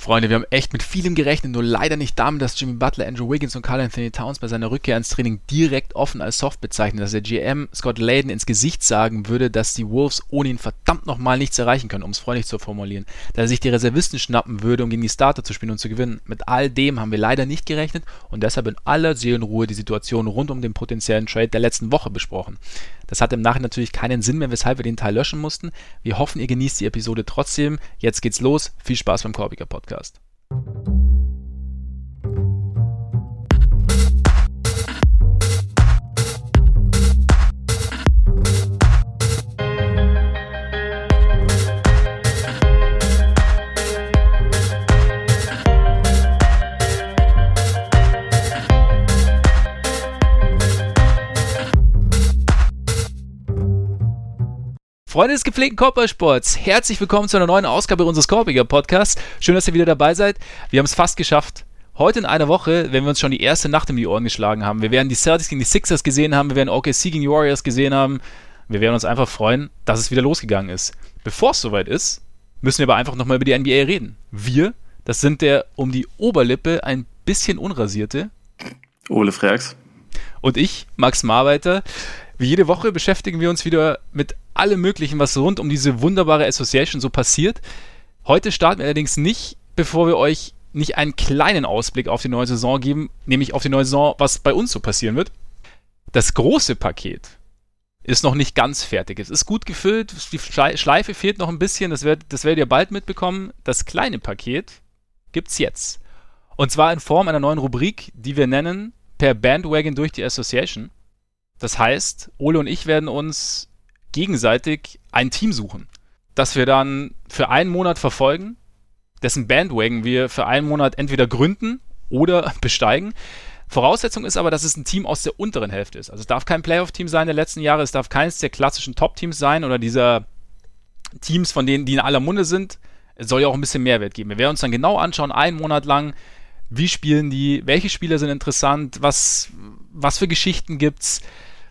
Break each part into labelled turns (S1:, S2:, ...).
S1: Freunde, wir haben echt mit vielem gerechnet, nur leider nicht damit, dass Jimmy Butler, Andrew Wiggins und Karl-Anthony Towns bei seiner Rückkehr ins Training direkt offen als soft bezeichnen, dass der GM Scott Layden ins Gesicht sagen würde, dass die Wolves ohne ihn verdammt nochmal nichts erreichen können, um es freundlich zu formulieren, dass er sich die Reservisten schnappen würde, um gegen die Starter zu spielen und zu gewinnen. Mit all dem haben wir leider nicht gerechnet und deshalb in aller Seelenruhe die Situation rund um den potenziellen Trade der letzten Woche besprochen. Das hat im Nachhinein natürlich keinen Sinn mehr, weshalb wir den Teil löschen mussten. Wir hoffen, ihr genießt die Episode trotzdem. Jetzt geht's los. Viel Spaß beim Korbiger Podcast. Freunde des gepflegten Korbballsports, herzlich willkommen zu einer neuen Ausgabe unseres Korbiger Podcasts. Schön, dass ihr wieder dabei seid. Wir haben es fast geschafft. Heute in einer Woche, wenn wir uns schon die erste Nacht um die Ohren geschlagen haben, wir werden die Celtics gegen die Sixers gesehen haben, wir werden OKC gegen die Warriors gesehen haben. Wir werden uns einfach freuen, dass es wieder losgegangen ist. Bevor es soweit ist, müssen wir aber einfach nochmal über die NBA reden. Wir, das sind der um die Oberlippe ein bisschen unrasierte
S2: Ole Freaks
S1: und ich, Max Marbeiter. Wie jede Woche beschäftigen wir uns wieder mit allem Möglichen, was rund um diese wunderbare Association so passiert. Heute starten wir allerdings nicht, bevor wir euch nicht einen kleinen Ausblick auf die neue Saison geben, nämlich auf die neue Saison, was bei uns so passieren wird. Das große Paket ist noch nicht ganz fertig. Es ist gut gefüllt, die Schleife fehlt noch ein bisschen, das werdet ihr bald mitbekommen. Das kleine Paket gibt's jetzt. Und zwar in Form einer neuen Rubrik, die wir nennen Per Bandwagon durch die Association. Das heißt, Ole und ich werden uns gegenseitig ein Team suchen, das wir dann für einen Monat verfolgen, dessen Bandwagon wir für einen Monat entweder gründen oder besteigen. Voraussetzung ist aber, dass es ein Team aus der unteren Hälfte ist. Also es darf kein Playoff-Team sein der letzten Jahre, es darf keines der klassischen Top-Teams sein oder dieser Teams, von denen, die in aller Munde sind. Es soll ja auch ein bisschen Mehrwert geben. Wir werden uns dann genau anschauen, einen Monat lang, wie spielen die, welche Spieler sind interessant, was für Geschichten gibt's,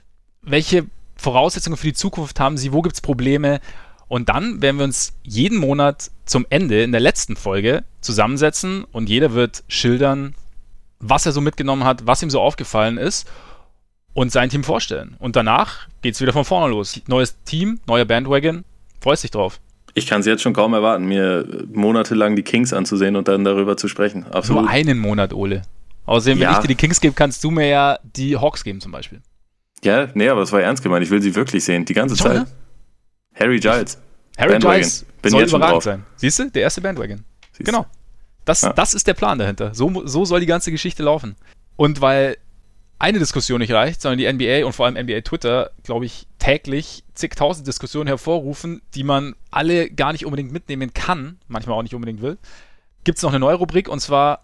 S1: welche Voraussetzungen für die Zukunft haben sie, wo gibt es Probleme, und dann werden wir uns jeden Monat zum Ende in der letzten Folge zusammensetzen und jeder wird schildern, was er so mitgenommen hat, was ihm so aufgefallen ist und sein Team vorstellen. Und danach geht es wieder von vorne los. Neues Team, neuer Bandwagon, freust dich drauf.
S2: Ich kann es jetzt schon kaum erwarten, mir monatelang die Kings anzusehen und dann darüber zu sprechen. Absolut.
S1: Nur einen Monat, Ole. Außerdem, wenn ich dir die Kings gebe, kannst du mir ja die Hawks geben zum Beispiel.
S2: Ja, nee, aber das war ernst gemeint. Ich will sie wirklich sehen, die ganze Zeit. Ne? Harry Giles.
S1: Harry Giles
S2: bin
S1: soll
S2: jetzt
S1: überragend sein. Siehst du? Der erste Bandwagon. Genau. Das ist der Plan dahinter. So soll die ganze Geschichte laufen. Und weil eine Diskussion nicht reicht, sondern die NBA und vor allem NBA Twitter, glaube ich, täglich zigtausend Diskussionen hervorrufen, die man alle gar nicht unbedingt mitnehmen kann, manchmal auch nicht unbedingt will, gibt es noch eine neue Rubrik, und zwar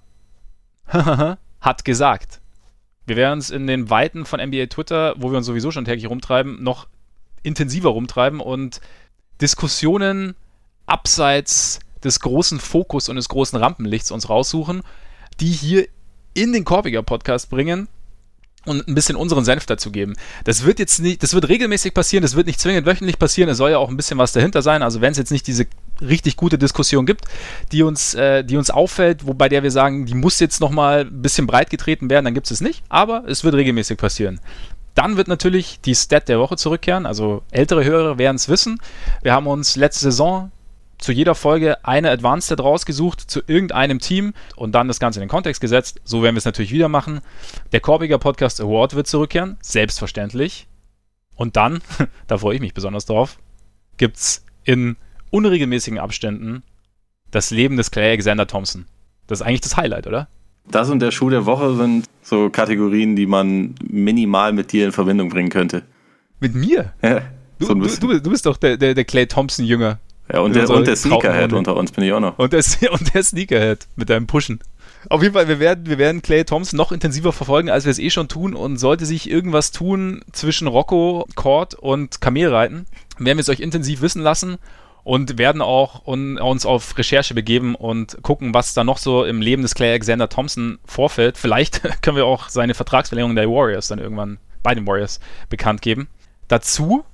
S1: hat gesagt. Wir werden uns in den Weiten von NBA Twitter, wo wir uns sowieso schon täglich rumtreiben, noch intensiver rumtreiben und Diskussionen abseits des großen Fokus und des großen Rampenlichts uns raussuchen, die hier in den Korbiger Podcast bringen und ein bisschen unseren Senf dazu geben. Das wird regelmäßig passieren, das wird nicht zwingend wöchentlich passieren, es soll ja auch ein bisschen was dahinter sein, also wenn es jetzt nicht diese richtig gute Diskussion gibt, die uns auffällt, bei der wir sagen, die muss jetzt nochmal ein bisschen breit getreten werden, dann gibt es es nicht, aber es wird regelmäßig passieren. Dann wird natürlich die Stat der Woche zurückkehren, also ältere Hörer werden es wissen. Wir haben uns letzte Saison zu jeder Folge eine Advanced Stat rausgesucht zu irgendeinem Team und dann das Ganze in den Kontext gesetzt. So werden wir es natürlich wieder machen. Der Korbiger Podcast Award wird zurückkehren, selbstverständlich. Und dann, da freue ich mich besonders drauf, gibt es in unregelmäßigen Abständen das Leben des Klay Alexander Thompson. Das ist eigentlich das Highlight, oder?
S2: Das und der Schuh der Woche sind so Kategorien, die man minimal mit dir in Verbindung bringen könnte.
S1: Mit mir?
S2: Ja.
S1: Du bist doch der Klay Thompson-Jünger.
S2: Ja, und der Sneakerhead unter uns bin ich auch noch.
S1: Und der Sneakerhead mit deinem Pushen. Auf jeden Fall, wir werden Klay Thompson noch intensiver verfolgen, als wir es schon tun. Und sollte sich irgendwas tun zwischen Rocco, Cord und Kamelreiten, werden wir es euch intensiv wissen lassen. Und werden auch uns auf Recherche begeben und gucken, was da noch so im Leben des Klay Alexander Thompson vorfällt. Vielleicht können wir auch seine Vertragsverlängerung der Warriors dann irgendwann bei den Warriors bekannt geben. Dazu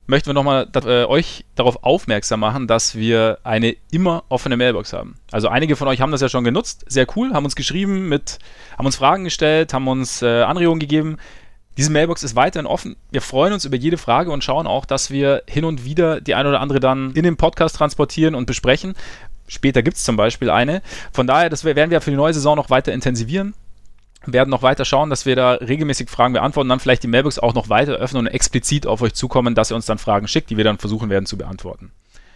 S1: möchten wir nochmal euch darauf aufmerksam machen, dass wir eine immer offene Mailbox haben. Also einige von euch haben das ja schon genutzt, sehr cool, haben uns geschrieben, haben uns Fragen gestellt, haben uns Anregungen gegeben. Diese Mailbox ist weiterhin offen. Wir freuen uns über jede Frage und schauen auch, dass wir hin und wieder die eine oder andere dann in den Podcast transportieren und besprechen. Später gibt es zum Beispiel eine. Von daher, das werden wir für die neue Saison noch weiter intensivieren. Werden noch weiter schauen, dass wir da regelmäßig Fragen beantworten und dann vielleicht die Mailbox auch noch weiter öffnen und explizit auf euch zukommen, dass ihr uns dann Fragen schickt, die wir dann versuchen werden zu beantworten.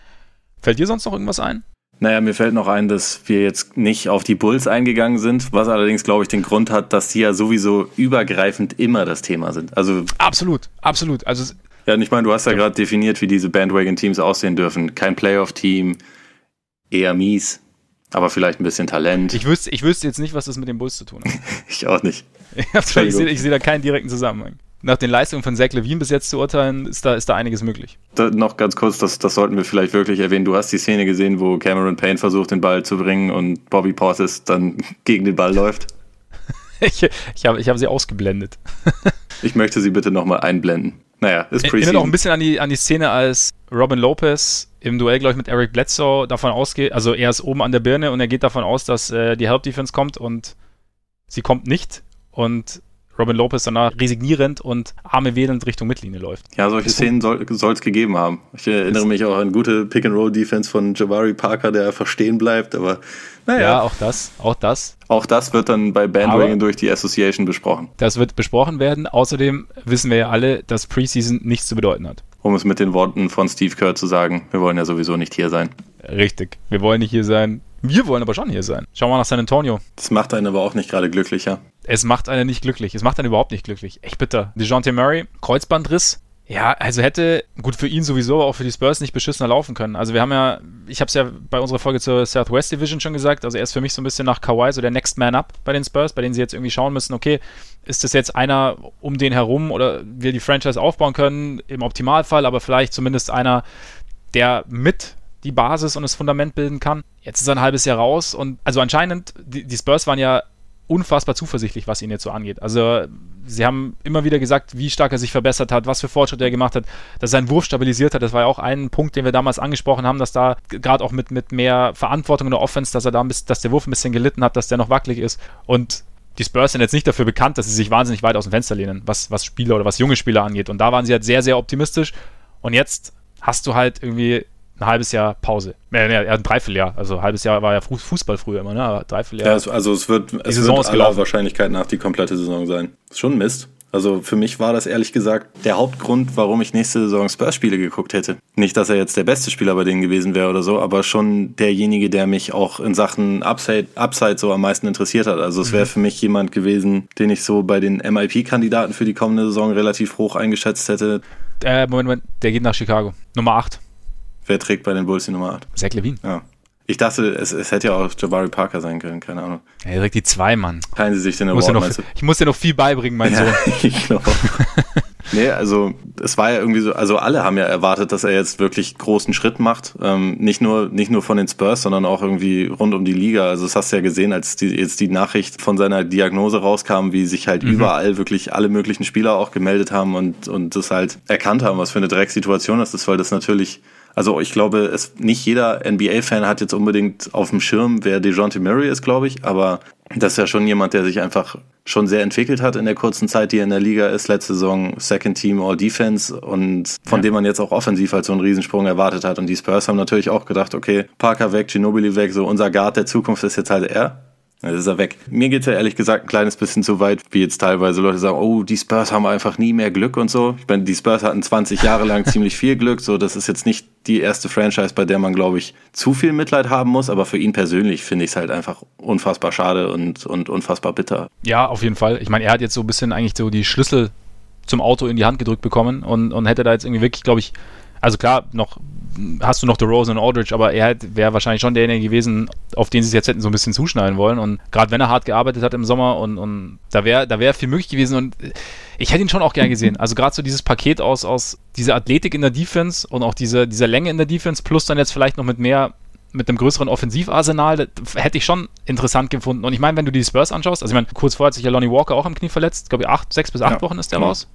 S1: Fällt dir sonst noch irgendwas ein?
S2: Naja, mir fällt noch ein, dass wir jetzt nicht auf die Bulls eingegangen sind, was allerdings, glaube ich, den Grund hat, dass die ja sowieso übergreifend immer das Thema sind. Also
S1: absolut. Also
S2: ja, und ich meine, du hast ja gerade definiert, wie diese Bandwagon-Teams aussehen dürfen. Kein Playoff-Team, eher mies, aber vielleicht ein bisschen Talent.
S1: Ich wüsste jetzt nicht, was das mit den Bulls zu tun hat.
S2: Ich auch nicht.
S1: Ich sehe da keinen direkten Zusammenhang. Nach den Leistungen von Zach LaVine bis jetzt zu urteilen, ist da einiges möglich.
S2: Noch ganz kurz, das sollten wir vielleicht wirklich erwähnen. Du hast die Szene gesehen, wo Cameron Payne versucht, den Ball zu bringen und Bobby Portis dann gegen den Ball läuft.
S1: Ich hab sie ausgeblendet.
S2: Ich möchte sie bitte nochmal einblenden. Naja, ist Preseason.
S1: Erinnert auch ein bisschen an die Szene, als Robin Lopez im Duell, glaube ich, mit Eric Bledsoe davon ausgeht, also er ist oben an der Birne und er geht davon aus, dass die Help-Defense kommt und sie kommt nicht und Robin Lopez danach resignierend und Arme wedelnd Richtung Mittellinie läuft.
S2: Ja, solche Szenen soll es gegeben haben. Ich erinnere mich auch an gute Pick-and-Roll-Defense von Jabari Parker, der einfach stehen bleibt, aber naja.
S1: Ja, auch das.
S2: Auch das wird dann bei Bandwagon durch die Association besprochen.
S1: Das wird besprochen werden. Außerdem wissen wir ja alle, dass Preseason nichts zu bedeuten hat.
S2: Um es mit den Worten von Steve Kerr zu sagen, wir wollen ja sowieso nicht hier sein.
S1: Richtig, wir wollen nicht hier sein. Wir wollen aber schon hier sein. Schauen wir mal nach San Antonio.
S2: Das macht einen aber auch nicht gerade glücklicher.
S1: Es macht einen nicht glücklich. Es macht einen überhaupt nicht glücklich. Echt bitter. DeJounte Murray, Kreuzbandriss. Ja, also hätte, gut für ihn sowieso, aber auch für die Spurs nicht beschissener laufen können. Also wir haben ja, ich habe es ja bei unserer Folge zur Southwest Division schon gesagt, also er ist für mich so ein bisschen nach Kawhi, so der Next Man Up bei den Spurs, bei denen sie jetzt irgendwie schauen müssen, okay, ist das jetzt einer um den herum oder wir die Franchise aufbauen können, im Optimalfall, aber vielleicht zumindest einer, der mit die Basis und das Fundament bilden kann. Jetzt ist er ein halbes Jahr raus und also anscheinend, die Spurs waren ja unfassbar zuversichtlich, was ihn jetzt so angeht. Also sie haben immer wieder gesagt, wie stark er sich verbessert hat, was für Fortschritte er gemacht hat, dass er seinen Wurf stabilisiert hat. Das war ja auch ein Punkt, den wir damals angesprochen haben, dass da gerade auch mit mehr Verantwortung in der Offense, dass der Wurf ein bisschen gelitten hat, dass der noch wackelig ist. Und die Spurs sind jetzt nicht dafür bekannt, dass sie sich wahnsinnig weit aus dem Fenster lehnen, was Spieler oder was junge Spieler angeht. Und da waren sie halt sehr, sehr optimistisch. Und jetzt hast du halt irgendwie ein halbes Jahr Pause. Ein Dreivierteljahr. Also ein halbes Jahr war ja Fußball früher immer, ne? Aber Dreivierteljahr.
S2: Ja, also es wird aller Wahrscheinlichkeit nach die komplette Saison sein. Ist schon Mist. Also für mich war das ehrlich gesagt der Hauptgrund, warum ich nächste Saison Spurs-Spiele geguckt hätte. Nicht, dass er jetzt der beste Spieler bei denen gewesen wäre oder so, aber schon derjenige, der mich auch in Sachen Upside so am meisten interessiert hat. Also es wäre für mich jemand gewesen, den ich so bei den MIP-Kandidaten für die kommende Saison relativ hoch eingeschätzt hätte.
S1: Moment, der geht nach Chicago. Nummer 8.
S2: Wer trägt bei den Bulls die Nummer 8?
S1: Zach LaVine.
S2: Ja. Ich dachte, es hätte ja auch Jabari Parker sein können, keine Ahnung.
S1: Er trägt die 2, Mann.
S2: Teilen Sie sich den Award,
S1: ich muss dir noch viel beibringen, mein Sohn.
S2: Ich glaube. Nee, also es war ja irgendwie so, also alle haben ja erwartet, dass er jetzt wirklich großen Schritt macht. Nicht nur von den Spurs, sondern auch irgendwie rund um die Liga. Also das hast du ja gesehen, als jetzt die Nachricht von seiner Diagnose rauskam, wie sich halt überall wirklich alle möglichen Spieler auch gemeldet haben und das halt erkannt haben, was für eine Drecksituation das ist, weil das natürlich... Also ich glaube, nicht jeder NBA-Fan hat jetzt unbedingt auf dem Schirm, wer DeJounte Murray ist, glaube ich. Aber das ist ja schon jemand, der sich einfach schon sehr entwickelt hat in der kurzen Zeit, die er in der Liga ist. Letzte Saison Second Team All-Defense und von dem man jetzt auch offensiv halt so einen Riesensprung erwartet hat. Und die Spurs haben natürlich auch gedacht, okay, Parker weg, Ginobili weg, so unser Guard der Zukunft ist jetzt halt er. Jetzt ist er weg. Mir geht's ja ehrlich gesagt ein kleines bisschen zu weit, wie jetzt teilweise Leute sagen, oh, die Spurs haben einfach nie mehr Glück und so. Ich meine, die Spurs hatten 20 Jahre lang ziemlich viel Glück, so das ist jetzt nicht die erste Franchise, bei der man, glaube ich, zu viel Mitleid haben muss, aber für ihn persönlich finde ich es halt einfach unfassbar schade und unfassbar bitter.
S1: Ja, auf jeden Fall. Ich meine, er hat jetzt so ein bisschen eigentlich so die Schlüssel zum Auto in die Hand gedrückt bekommen und hätte da jetzt irgendwie wirklich, glaube ich, also klar, hast du noch DeRozan und Aldridge, aber er wäre wahrscheinlich schon derjenige gewesen, auf den sie es jetzt hätten so ein bisschen zuschneiden wollen. Und gerade wenn er hart gearbeitet hat im Sommer und da wäre viel möglich gewesen und ich hätte ihn schon auch gern gesehen. Also gerade so dieses Paket aus dieser Athletik in der Defense und auch dieser Länge in der Defense plus dann jetzt vielleicht noch mit einem größeren Offensivarsenal, das hätte ich schon interessant gefunden. Und ich meine, wenn du die Spurs anschaust, also ich meine, kurz vorher hat sich ja Lonnie Walker auch am Knie verletzt, glaube ich 6 bis 8 Wochen ist der raus.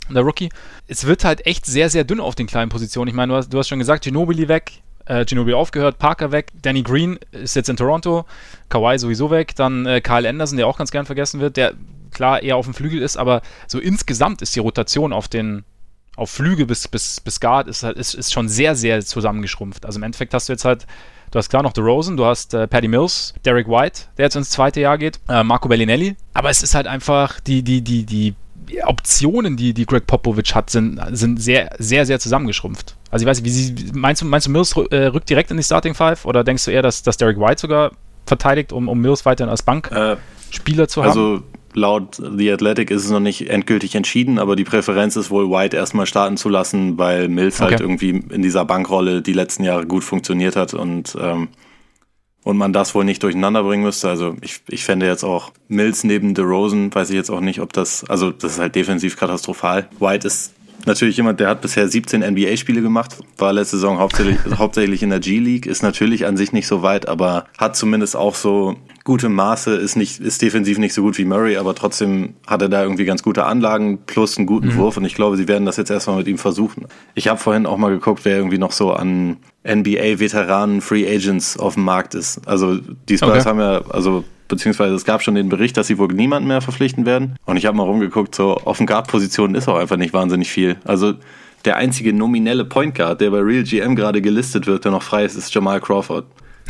S1: der Rookie. Es wird halt echt sehr, sehr dünn auf den kleinen Positionen. Ich meine, du hast schon gesagt, Ginobili weg, Ginobili aufgehört, Parker weg, Danny Green ist jetzt in Toronto, Kawhi sowieso weg, dann Kyle Anderson, der auch ganz gern vergessen wird, der klar eher auf dem Flügel ist, aber so insgesamt ist die Rotation auf Flügel bis Guard ist schon sehr, sehr zusammengeschrumpft. Also im Endeffekt hast du jetzt halt, du hast klar noch DeRozan, du hast Patty Mills, Derek White, der jetzt ins zweite Jahr geht, Marco Bellinelli, aber es ist halt einfach die Optionen, die Greg Popovich hat, sind sehr, sehr, sehr zusammengeschrumpft. Also ich weiß nicht, meinst du Mills rückt direkt in die Starting Five oder denkst du eher, dass Derek White sogar verteidigt, um Mills weiterhin als Bankspieler zu haben?
S2: Also laut The Athletic ist es noch nicht endgültig entschieden, aber die Präferenz ist wohl, White erstmal starten zu lassen, weil Mills halt irgendwie in dieser Bankrolle die letzten Jahre gut funktioniert hat und man das wohl nicht durcheinander bringen müsste. Also ich fände jetzt auch Mills neben DeRozan, weiß ich jetzt auch nicht, ob das ist halt defensiv katastrophal. White ist natürlich jemand, der hat bisher 17 NBA-Spiele gemacht, war letzte Saison hauptsächlich in der G-League, ist natürlich an sich nicht so weit, aber hat zumindest auch so gute Maße, ist defensiv nicht so gut wie Murray, aber trotzdem hat er da irgendwie ganz gute Anlagen plus einen guten Wurf und ich glaube, sie werden das jetzt erstmal mit ihm versuchen. Ich habe vorhin auch mal geguckt, wer irgendwie noch so an NBA-Veteranen, Free Agents auf dem Markt ist. Also die Spurs haben ja, beziehungsweise es gab schon den Bericht, dass sie wohl niemanden mehr verpflichten werden. Und ich habe mal rumgeguckt, so auf den Guard-Positionen ist auch einfach nicht wahnsinnig viel. Also der einzige nominelle Point Guard, der bei Real GM gerade gelistet wird, der noch frei ist Jamal Crawford.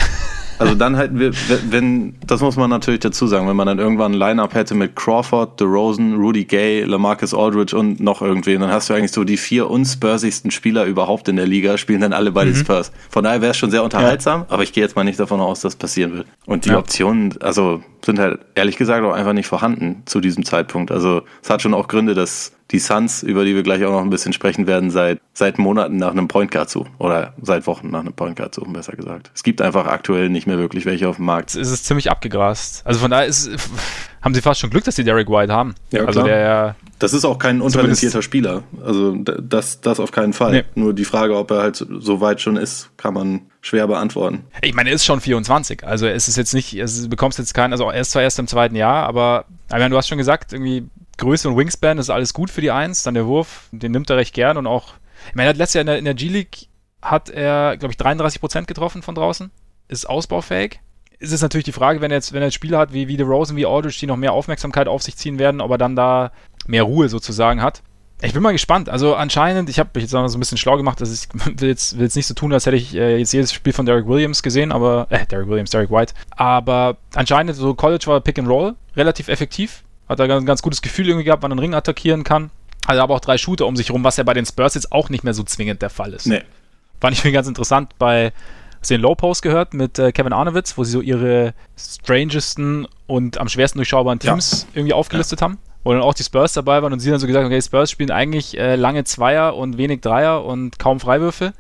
S2: Also dann halten wir, das muss man natürlich dazu sagen, wenn man dann irgendwann ein Line-Up hätte mit Crawford, DeRozan, Rudy Gay, LaMarcus Aldridge und noch irgendwen, dann hast du eigentlich so die 4 unspursigsten Spieler überhaupt in der Liga, spielen dann alle bei den Spurs. Von daher wäre es schon sehr unterhaltsam, aber ich gehe jetzt mal nicht davon aus, dass passieren wird. Und die Optionen, sind halt ehrlich gesagt auch einfach nicht vorhanden zu diesem Zeitpunkt. Also es hat schon auch Gründe, dass die Suns, über die wir gleich auch noch ein bisschen sprechen werden, seit Monaten nach einem Point Guard suchen. Oder seit Wochen nach einem Point Guard suchen, besser gesagt. Es gibt einfach aktuell nicht mehr wirklich welche auf dem Markt.
S1: Es ist ziemlich abgegrast. Also von daher haben sie fast schon Glück, dass sie Derek White haben.
S2: Ja, also das ist auch kein untalentierter Spieler. Also das auf keinen Fall. Nee. Nur die Frage, ob er halt so weit schon ist, kann man schwer beantworten.
S1: Ich meine, er ist schon 24. Also es ist jetzt nicht, du bekommst jetzt keinen, also er ist zwar erst im zweiten Jahr, aber du hast schon gesagt, irgendwie Größe und Wingspan ist alles gut für die Eins, dann der Wurf, den nimmt er recht gern und auch, ich meine, er hat letztes Jahr in der G-League hat er, glaube ich, 33% getroffen von draußen, ist ausbaufähig. Ist es natürlich die Frage, wenn er jetzt Spieler hat wie DeRozan, wie Aldridge, die noch mehr Aufmerksamkeit auf sich ziehen werden, ob er dann da mehr Ruhe sozusagen hat. Ich bin mal gespannt. Also anscheinend, ich habe mich jetzt noch so ein bisschen schlau gemacht, dass ich will jetzt nicht so tun, als hätte ich jetzt jedes Spiel von Derek Williams gesehen, Derek White. Aber anscheinend, so College war Pick and Roll relativ effektiv. Hat er ein ganz gutes Gefühl irgendwie gehabt, wann er den Ring attackieren kann. Hat aber auch 3 Shooter um sich rum, was ja bei den Spurs jetzt auch nicht mehr so zwingend der Fall ist. Nee. Fand ich ganz interessant hast du den Low Post gehört mit Kevin Arnowitz, wo sie so ihre strangesten und am schwersten durchschaubaren Teams irgendwie aufgelistet haben. Wo dann auch die Spurs dabei waren und sie dann so gesagt haben, okay, Spurs spielen eigentlich lange Zweier und wenig Dreier und kaum Freiwürfe.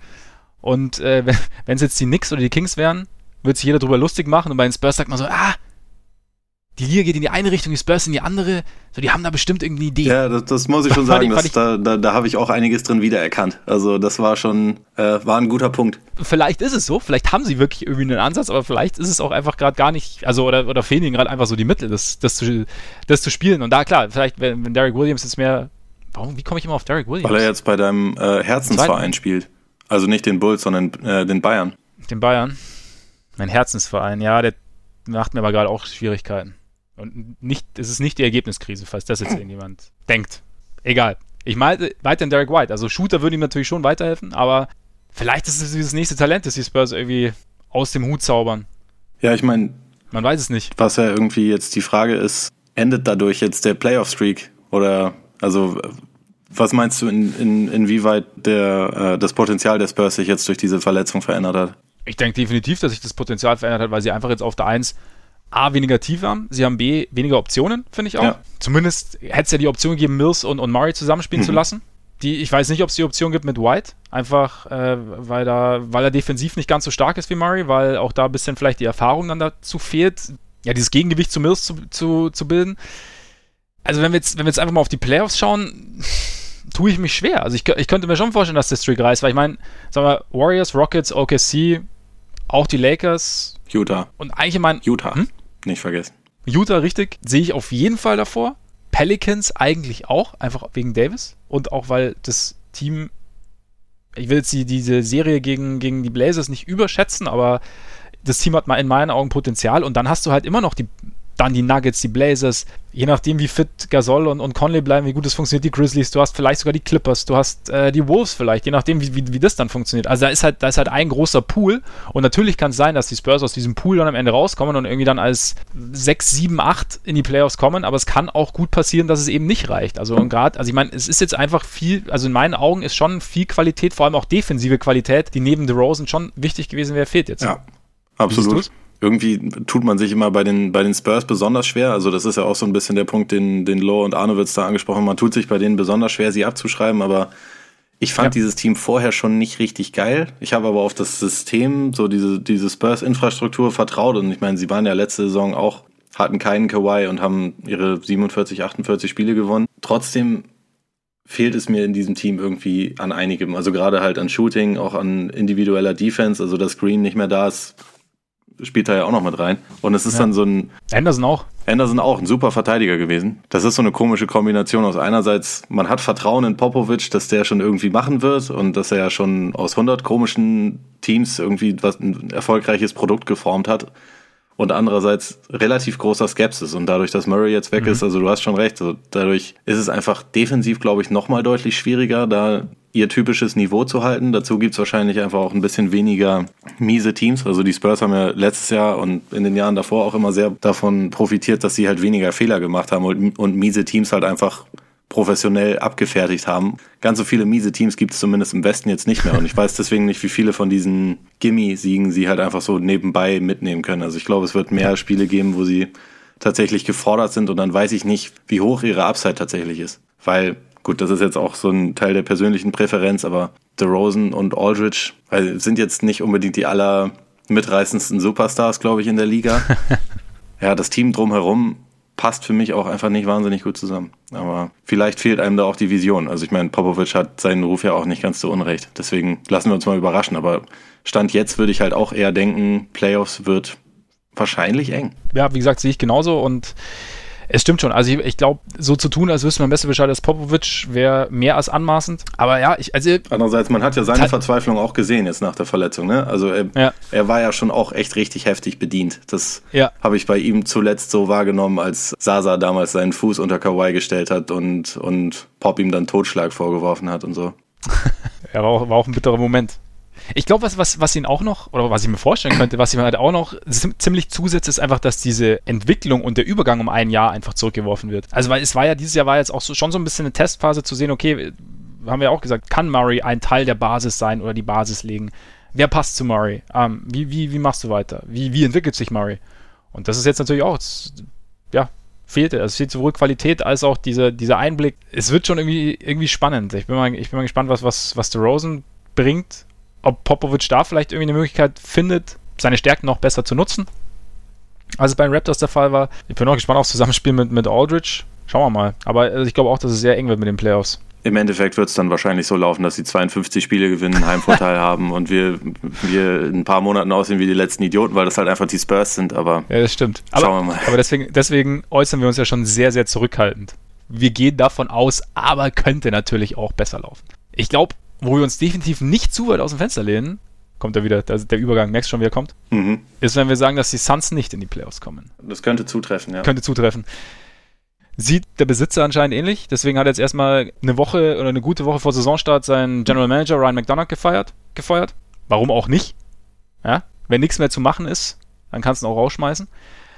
S1: Und wenn es jetzt die Knicks oder die Kings wären, würde sich jeder drüber lustig machen und bei den Spurs sagt man so, die Liga geht in die eine Richtung, die Spurs in die andere. So, die haben da bestimmt irgendwie eine Idee.
S2: Ja, das muss ich schon sagen. Da habe ich auch einiges drin wiedererkannt. Also das war schon war ein guter Punkt.
S1: Vielleicht ist es so. Vielleicht haben sie wirklich irgendwie einen Ansatz, aber vielleicht ist es auch einfach gerade gar nicht, oder fehlen ihnen gerade einfach so die Mittel, das zu spielen. Und da, klar, vielleicht, wenn Derek Williams jetzt mehr... Wie komme ich immer auf Derek Williams?
S2: Weil er jetzt bei deinem Herzensverein spielt. Also nicht den Bulls, sondern den Bayern.
S1: Den Bayern? Mein Herzensverein, ja, der macht mir aber gerade auch Schwierigkeiten. Und es ist nicht die Ergebniskrise, falls das jetzt irgendjemand denkt. Egal. Ich meine weiterhin Derek White. Also Shooter würde ihm natürlich schon weiterhelfen, aber vielleicht ist es dieses nächste Talent, das die Spurs irgendwie aus dem Hut zaubern.
S2: Ja, ich meine...
S1: Man weiß es nicht.
S2: Was ja irgendwie jetzt die Frage ist, endet dadurch jetzt der Playoff-Streak? Oder, also, was meinst du, inwieweit das Potenzial der Spurs sich jetzt durch diese Verletzung verändert hat?
S1: Ich denke definitiv, dass sich das Potenzial verändert hat, weil sie einfach jetzt auf der 1 A, weniger Tief haben, sie haben B, weniger Optionen, finde ich auch. Ja. Zumindest hätte es ja die Option gegeben, Mills und Murray zusammenspielen zu lassen. Ich weiß nicht, ob es die Option gibt mit White, einfach weil er defensiv nicht ganz so stark ist wie Murray, weil auch da ein bisschen vielleicht die Erfahrung dann dazu fehlt, ja, dieses Gegengewicht zu Mills zu bilden. Also wenn wir jetzt einfach mal auf die Playoffs schauen, tue ich mich schwer. Also ich könnte mir schon vorstellen, dass der Streak reißt, weil ich meine, sagen wir, Warriors, Rockets, OKC, auch die Lakers,
S2: Utah.
S1: Und eigentlich
S2: Utah. Nicht vergessen.
S1: Utah, richtig. Sehe ich auf jeden Fall davor. Pelicans eigentlich auch, einfach wegen Davis und auch, weil das Team, ich will jetzt diese Serie gegen die Blazers nicht überschätzen, aber das Team hat mal in meinen Augen Potenzial und dann hast du halt immer noch die Nuggets, die Blazers, je nachdem wie fit Gasol und Conley bleiben, wie gut es funktioniert, die Grizzlies, du hast vielleicht sogar die Clippers, du hast die Wolves vielleicht, je nachdem wie das dann funktioniert. Also da ist halt ein großer Pool und natürlich kann es sein, dass die Spurs aus diesem Pool dann am Ende rauskommen und irgendwie dann als 6, 7, 8 in die Playoffs kommen, aber es kann auch gut passieren, dass es eben nicht reicht. Also ich meine, es ist jetzt einfach viel, also in meinen Augen ist schon viel Qualität, vor allem auch defensive Qualität, die neben DeRozan schon wichtig gewesen wäre, fehlt jetzt.
S2: Ja, absolut. Irgendwie tut man sich immer bei den Spurs besonders schwer. Also das ist ja auch so ein bisschen der Punkt, den Lohr und Arnowitz da angesprochen haben. Man tut sich bei denen besonders schwer, sie abzuschreiben, aber ich fand dieses Team vorher schon nicht richtig geil. Ich habe aber auf das System, so diese Spurs-Infrastruktur vertraut und ich meine, sie waren ja letzte Saison auch, hatten keinen Kawhi und haben ihre 47, 48 Spiele gewonnen. Trotzdem fehlt es mir in diesem Team irgendwie an einigem. Also gerade halt an Shooting, auch an individueller Defense, also dass Green nicht mehr da ist, spielt da ja auch noch mit rein. Und es ist dann so ein...
S1: Anderson auch
S2: ein super Verteidiger gewesen. Das ist so eine komische Kombination aus einerseits, man hat Vertrauen in Popovic, dass der schon irgendwie machen wird und dass er ja schon aus 100 komischen Teams irgendwie ein erfolgreiches Produkt geformt hat. Und andererseits relativ großer Skepsis. Und dadurch, dass Murray jetzt weg ist, also du hast schon recht, so dadurch ist es einfach defensiv, glaube ich, nochmal deutlich schwieriger, da ihr typisches Niveau zu halten. Dazu gibt's wahrscheinlich einfach auch ein bisschen weniger miese Teams. Also die Spurs haben ja letztes Jahr und in den Jahren davor auch immer sehr davon profitiert, dass sie halt weniger Fehler gemacht haben und miese Teams halt einfach professionell abgefertigt haben. Ganz so viele miese Teams gibt es zumindest im Westen jetzt nicht mehr und ich weiß deswegen nicht, wie viele von diesen Gimme-Siegen sie halt einfach so nebenbei mitnehmen können. Also ich glaube, es wird mehr Spiele geben, wo sie tatsächlich gefordert sind und dann weiß ich nicht, wie hoch ihre Upside tatsächlich ist. Weil, gut, das ist jetzt auch so ein Teil der persönlichen Präferenz, aber DeRozan und Aldridge sind jetzt nicht unbedingt die mitreißendsten Superstars, glaube ich, in der Liga. Ja, das Team drumherum passt für mich auch einfach nicht wahnsinnig gut zusammen. Aber vielleicht fehlt einem da auch die Vision. Also ich meine, Popovic hat seinen Ruf ja auch nicht ganz so unrecht. Deswegen lassen wir uns mal überraschen. Aber Stand jetzt würde ich halt auch eher denken, Playoffs wird wahrscheinlich eng.
S1: Ja, wie gesagt, sehe ich genauso und es stimmt schon. Also ich glaube, so zu tun, als wüsste man besser Bescheid als Popovic, wäre mehr als anmaßend. Aber ja,
S2: andererseits, man hat ja seine Verzweiflung auch gesehen jetzt nach der Verletzung. Ne? Also er war ja schon auch echt richtig heftig bedient. Das habe ich bei ihm zuletzt so wahrgenommen, als Zaza damals seinen Fuß unter Kawhi gestellt hat und Pop ihm dann Totschlag vorgeworfen hat und so.
S1: Ja, war auch ein bitterer Moment. Ich glaube, was ihn auch noch, oder was ich mir vorstellen könnte, was ihm halt auch noch ziemlich zusetzt, ist einfach, dass diese Entwicklung und der Übergang um ein Jahr einfach zurückgeworfen wird. Also, weil dieses Jahr war jetzt auch schon so ein bisschen eine Testphase zu sehen, okay, haben wir ja auch gesagt, kann Murray ein Teil der Basis sein oder die Basis legen? Wer passt zu Murray? Wie machst du weiter? Wie entwickelt sich Murray? Und das ist jetzt natürlich auch, fehlte. Es fehlt sowohl Qualität als auch dieser Einblick. Es wird schon irgendwie spannend. Ich bin mal gespannt, was DeRozan bringt. Ob Popovic da vielleicht irgendwie eine Möglichkeit findet, seine Stärken noch besser zu nutzen, als es bei den Raptors der Fall war. Ich bin auch gespannt aufs Zusammenspiel mit Aldridge. Schauen wir mal. Aber ich glaube auch, dass es sehr eng wird mit den Playoffs.
S2: Im Endeffekt wird es dann wahrscheinlich so laufen, dass sie 52 Spiele gewinnen, Heimvorteil haben und wir in ein paar Monaten aussehen wie die letzten Idioten, weil das halt einfach die Spurs sind. Aber
S1: ja, das stimmt.
S2: Schauen wir mal.
S1: Aber deswegen äußern wir uns ja schon sehr, sehr zurückhaltend. Wir gehen davon aus, aber könnte natürlich auch besser laufen. Ich glaube, wo wir uns definitiv nicht zu weit aus dem Fenster lehnen, kommt da wieder, der Übergang, merkst du schon, wie er kommt, ist, wenn wir sagen, dass die Suns nicht in die Playoffs kommen.
S2: Das könnte zutreffen, ja.
S1: Könnte zutreffen. Sieht der Besitzer anscheinend ähnlich, deswegen hat er jetzt erstmal eine gute Woche vor Saisonstart seinen General Manager Ryan McDonough gefeuert. Warum auch nicht? Ja? Wenn nichts mehr zu machen ist, dann kannst du ihn auch rausschmeißen.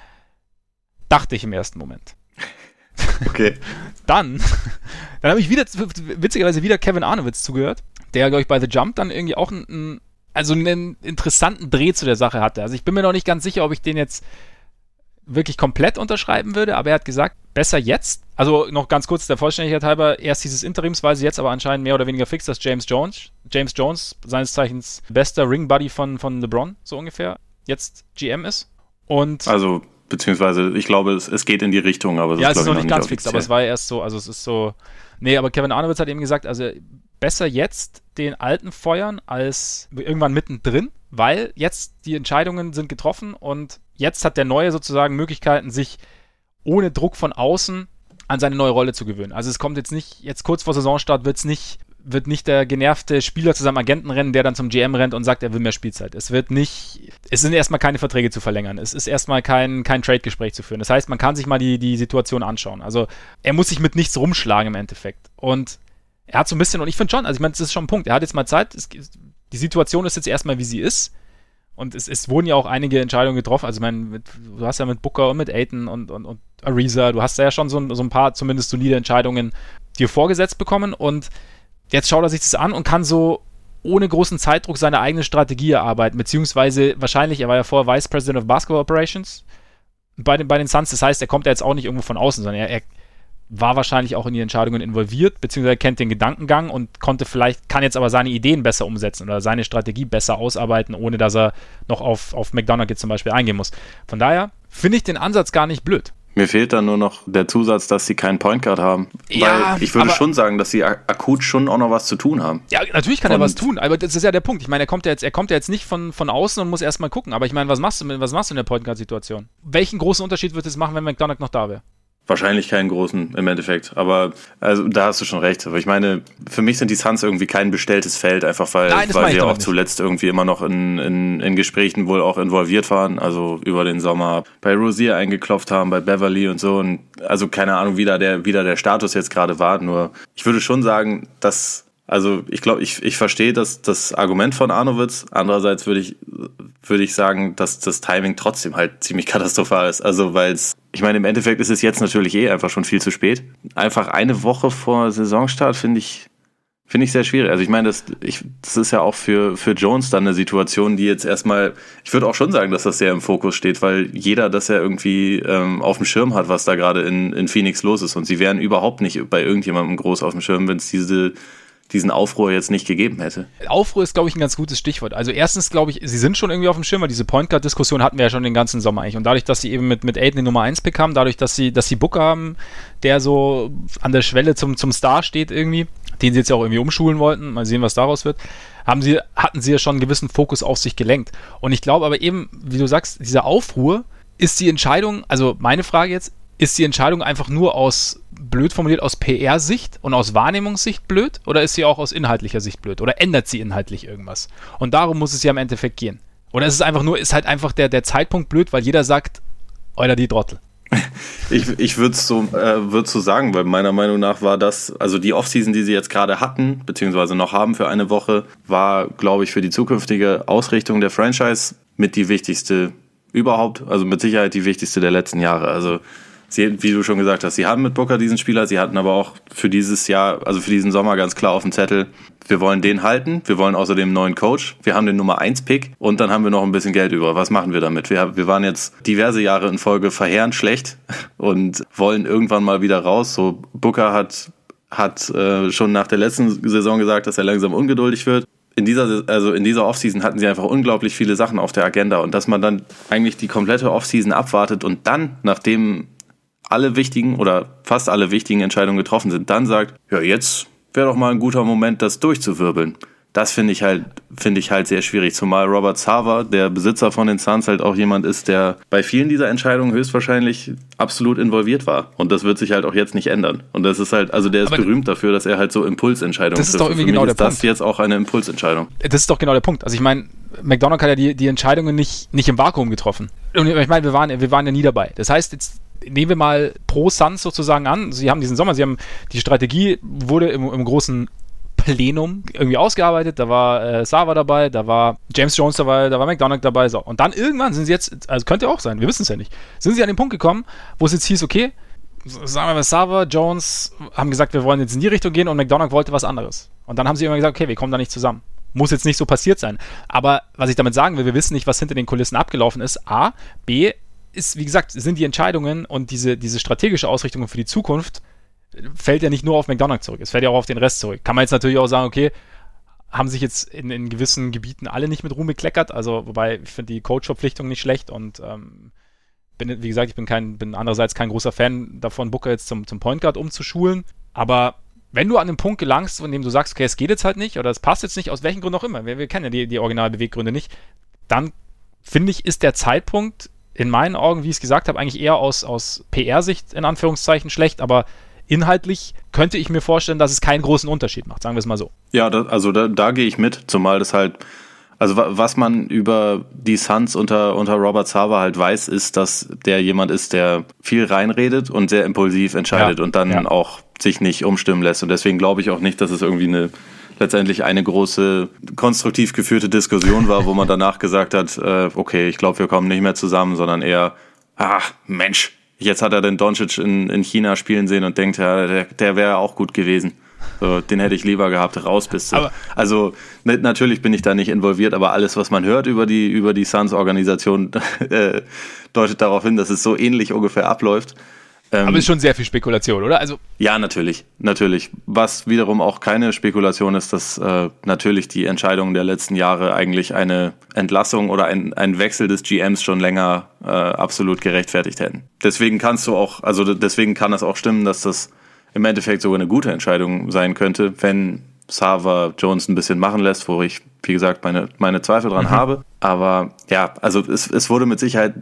S1: Dachte ich im ersten Moment.
S2: Okay.
S1: Dann habe ich witzigerweise wieder Kevin Arnowitz zugehört, der, glaube ich, bei The Jump dann irgendwie auch einen interessanten Dreh zu der Sache hatte. Also ich bin mir noch nicht ganz sicher, ob ich den jetzt wirklich komplett unterschreiben würde, aber er hat gesagt, besser jetzt, also noch ganz kurz der Vollständigkeit halber, erst dieses Interimsweise, jetzt aber anscheinend mehr oder weniger fix, dass James Jones, seines Zeichens bester Ring-Buddy von LeBron, so ungefähr, jetzt GM ist. Und
S2: also beziehungsweise, ich glaube, es geht in die Richtung, aber
S1: es ist noch nicht ganz fix, aber es war erst so, also es ist so, aber Kevin Arnowitz hat eben gesagt, also besser jetzt den Alten feuern als irgendwann mittendrin, weil jetzt die Entscheidungen sind getroffen und jetzt hat der Neue sozusagen Möglichkeiten, sich ohne Druck von außen an seine neue Rolle zu gewöhnen. Also es kommt jetzt kurz vor Saisonstart wird nicht der genervte Spieler zu seinem Agenten rennen, der dann zum GM rennt und sagt, er will mehr Spielzeit. Es sind erstmal keine Verträge zu verlängern. Es ist erstmal kein Trade-Gespräch zu führen. Das heißt, man kann sich mal die Situation anschauen. Also er muss sich mit nichts rumschlagen im Endeffekt. Und er hat so ein bisschen, und ich finde schon, also ich meine, das ist schon ein Punkt. Er hat jetzt mal Zeit. Die Situation ist jetzt erstmal, wie sie ist. Und es wurden ja auch einige Entscheidungen getroffen. Also ich meine, du hast ja mit Booker und mit Ayton und Ariza, du hast ja schon so ein paar zumindest solide Entscheidungen dir vorgesetzt bekommen. Und jetzt schaut er sich das an und kann so ohne großen Zeitdruck seine eigene Strategie erarbeiten, beziehungsweise wahrscheinlich, er war ja vorher Vice President of Basketball Operations bei den Suns, das heißt, er kommt ja jetzt auch nicht irgendwo von außen, sondern er war wahrscheinlich auch in die Entscheidungen involviert, beziehungsweise kennt den Gedankengang und kann jetzt aber seine Ideen besser umsetzen oder seine Strategie besser ausarbeiten, ohne dass er noch auf McDonough jetzt zum Beispiel eingehen muss. Von daher finde ich den Ansatz gar nicht blöd.
S2: Mir fehlt dann nur noch der Zusatz, dass sie keinen Point Guard haben.
S1: Ja,
S2: weil ich würde schon sagen, dass sie akut schon auch noch was zu tun haben.
S1: Ja, natürlich kann er was tun, aber das ist ja der Punkt. Ich meine, er kommt ja jetzt nicht von außen und muss erstmal gucken. Aber ich meine, was machst du in der Point Guard-Situation? Welchen großen Unterschied wird es machen, wenn McDonough noch da wäre?
S2: Wahrscheinlich keinen großen im Endeffekt, aber also da hast du schon recht. Aber ich meine, für mich sind die Suns irgendwie kein bestelltes Feld, einfach weil sie ja auch zuletzt irgendwie immer noch in Gesprächen wohl auch involviert waren, also über den Sommer bei Rozier eingeklopft haben, bei Beverly und so. Und also keine Ahnung, wie da der Status jetzt gerade war. Nur ich würde schon sagen, dass also ich glaube, ich verstehe das Argument von Arnowitz. Andererseits würde ich sagen, dass das Timing trotzdem halt ziemlich katastrophal ist. Also ich meine, im Endeffekt ist es jetzt natürlich einfach schon viel zu spät. Einfach eine Woche vor Saisonstart finde ich sehr schwierig. Also ich meine, das ist ja auch für Jones dann eine Situation, die jetzt erstmal, ich würde auch schon sagen, dass das sehr im Fokus steht, weil jeder das ja irgendwie auf dem Schirm hat, was da gerade in Phoenix los ist. Und sie wären überhaupt nicht bei irgendjemandem groß auf dem Schirm, wenn es diesen Aufruhr jetzt nicht gegeben hätte.
S1: Aufruhr ist, glaube ich, ein ganz gutes Stichwort. Also erstens, glaube ich, sie sind schon irgendwie auf dem Schirm, weil diese Point Guard-Diskussion hatten wir ja schon den ganzen Sommer eigentlich. Und dadurch, dass sie eben mit Ayton den Nummer 1 Pick haben, dadurch, dass sie Booker haben, der so an der Schwelle zum Star steht irgendwie, den sie jetzt ja auch irgendwie umschulen wollten, mal sehen, was daraus wird, hatten sie ja schon einen gewissen Fokus auf sich gelenkt. Und ich glaube aber eben, wie du sagst, dieser Aufruhr ist die Entscheidung, also meine Frage jetzt, ist die Entscheidung einfach nur blöd formuliert, aus PR-Sicht und aus Wahrnehmungssicht blöd? Oder ist sie auch aus inhaltlicher Sicht blöd? Oder ändert sie inhaltlich irgendwas? Und darum muss es ja im Endeffekt gehen. Oder ist es halt einfach der Zeitpunkt blöd, weil jeder sagt, Euler die Trottel.
S2: Ich würde so sagen, weil meiner Meinung nach war das, also die Offseason, die sie jetzt gerade hatten, beziehungsweise noch haben für eine Woche, war, glaube ich, für die zukünftige Ausrichtung der Franchise mit die wichtigste überhaupt, also mit Sicherheit die wichtigste der letzten Jahre. Also wie du schon gesagt hast, sie haben mit Booker diesen Spieler, sie hatten aber auch für dieses Jahr, also für diesen Sommer ganz klar auf dem Zettel, wir wollen den halten, wir wollen außerdem einen neuen Coach, wir haben den Nummer 1 Pick und dann haben wir noch ein bisschen Geld über. Was machen wir damit? Wir waren jetzt diverse Jahre in Folge verheerend schlecht und wollen irgendwann mal wieder raus. So Booker hat schon nach der letzten Saison gesagt, dass er langsam ungeduldig wird. In dieser Offseason hatten sie einfach unglaublich viele Sachen auf der Agenda und dass man dann eigentlich die komplette Offseason abwartet und dann, nachdem alle wichtigen oder fast alle wichtigen Entscheidungen getroffen sind, dann sagt, ja, jetzt wäre doch mal ein guter Moment, das durchzuwirbeln. Das finde ich halt sehr schwierig, zumal Robert Sarver, der Besitzer von den Suns, halt auch jemand ist, der bei vielen dieser Entscheidungen höchstwahrscheinlich absolut involviert war. Und das wird sich halt auch jetzt nicht ändern. Und das ist halt, also der ist berühmt dafür, dass er halt so Impulsentscheidungen trifft.
S1: Das ist doch irgendwie genau der Punkt.
S2: Das ist jetzt auch eine Impulsentscheidung.
S1: Das ist doch genau der Punkt. Also ich meine, McDonough hat ja die Entscheidungen nicht im Vakuum getroffen. Und ich meine, wir waren ja nie dabei. Das heißt, jetzt nehmen wir mal pro Suns sozusagen an. Sie haben die Strategie wurde im großen Plenum irgendwie ausgearbeitet, da war Sarver dabei, da war James Jones dabei, da war McDonough dabei, so. Und dann irgendwann sind sie jetzt, also könnte auch sein, wir wissen es ja nicht, sind sie an den Punkt gekommen, wo es jetzt hieß, okay, sagen wir mal Sarver, Jones haben gesagt, wir wollen jetzt in die Richtung gehen und McDonough wollte was anderes. Und dann haben sie immer gesagt, okay, wir kommen da nicht zusammen. Muss jetzt nicht so passiert sein. Aber was ich damit sagen will, wir wissen nicht, was hinter den Kulissen abgelaufen ist. A, B, ist, wie gesagt, sind die Entscheidungen und diese strategische Ausrichtung für die Zukunft fällt ja nicht nur auf McDonough zurück, es fällt ja auch auf den Rest zurück. Kann man jetzt natürlich auch sagen, okay, haben sich jetzt in gewissen Gebieten alle nicht mit Ruhm bekleckert, also wobei ich finde die Coach-Verpflichtung nicht schlecht und wie gesagt, ich bin andererseits kein großer Fan davon, Booker jetzt zum Point Guard umzuschulen, aber wenn du an den Punkt gelangst, in dem du sagst, okay, es geht jetzt halt nicht oder es passt jetzt nicht, aus welchen Gründen auch immer, wir kennen ja die Originalbeweggründe nicht, dann finde ich, ist der Zeitpunkt in meinen Augen, wie ich es gesagt habe, eigentlich eher aus PR-Sicht in Anführungszeichen schlecht, aber inhaltlich könnte ich mir vorstellen, dass es keinen großen Unterschied macht, sagen wir es mal so.
S2: Ja, da gehe ich mit, zumal das halt, also was man über die Suns unter Robert Sarver halt weiß, ist, dass der jemand ist, der viel reinredet und sehr impulsiv entscheidet und dann auch sich nicht umstimmen lässt. Und deswegen glaube ich auch nicht, dass es irgendwie letztendlich eine große, konstruktiv geführte Diskussion war, wo man danach gesagt hat, okay, ich glaube, wir kommen nicht mehr zusammen, sondern eher, Mensch, jetzt hat er den Doncic in China spielen sehen und denkt, ja, der wäre auch gut gewesen. So, den hätte ich lieber gehabt, raus bist du. Also natürlich bin ich da nicht involviert, aber alles, was man hört über die Suns-Organisation, deutet darauf hin, dass es so ähnlich ungefähr abläuft.
S1: Aber es ist schon sehr viel Spekulation, oder? Also
S2: ja, natürlich. Was wiederum auch keine Spekulation ist, dass natürlich die Entscheidungen der letzten Jahre eigentlich eine Entlassung oder ein Wechsel des GMs schon länger absolut gerechtfertigt hätten. Deswegen kann es auch stimmen, dass das im Endeffekt sogar eine gute Entscheidung sein könnte, wenn Sarver Jones ein bisschen machen lässt, wo ich, wie gesagt, meine Zweifel dran habe. Aber ja, also es wurde mit Sicherheit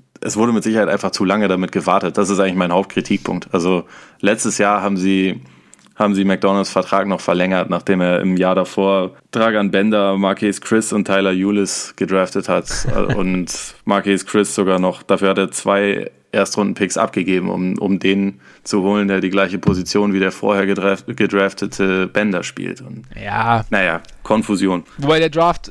S2: einfach zu lange damit gewartet. Das ist eigentlich mein Hauptkritikpunkt. Also letztes Jahr haben sie McDonalds Vertrag noch verlängert, nachdem er im Jahr davor Dragan Bender, Marquese Chriss und Tyler Ulis gedraftet hat und Marquese Chriss sogar noch, dafür hat er 2 Erstrunden-Picks abgegeben, um den zu holen, der die gleiche Position wie der vorher gedraftete Bender spielt. Und Konfusion.
S1: Wobei der Draft,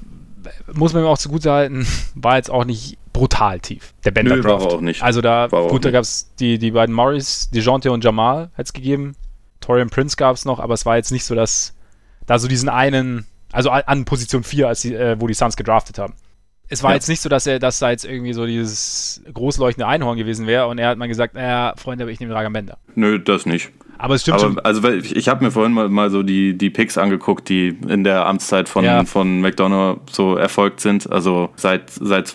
S1: muss man ihm auch zugutehalten, war jetzt auch nicht brutal tief. Der Bender Draft.
S2: War auch nicht.
S1: Also da gab es die beiden Morris, DeJounte und Jamal hat es gegeben. Taurean Prince gab es noch, aber es war jetzt nicht so, dass da so diesen einen, also an Position 4, wo die Suns gedraftet haben. Es war jetzt nicht so, dass da jetzt irgendwie so dieses großleuchtende Einhorn gewesen wäre und er hat mal gesagt, Freunde, aber ich nehme Dragan Bender.
S2: Nö, das nicht.
S1: Aber es stimmt schon.
S2: Also ich habe mir vorhin mal so die Picks angeguckt, die in der Amtszeit von McDonough so erfolgt sind. Also seit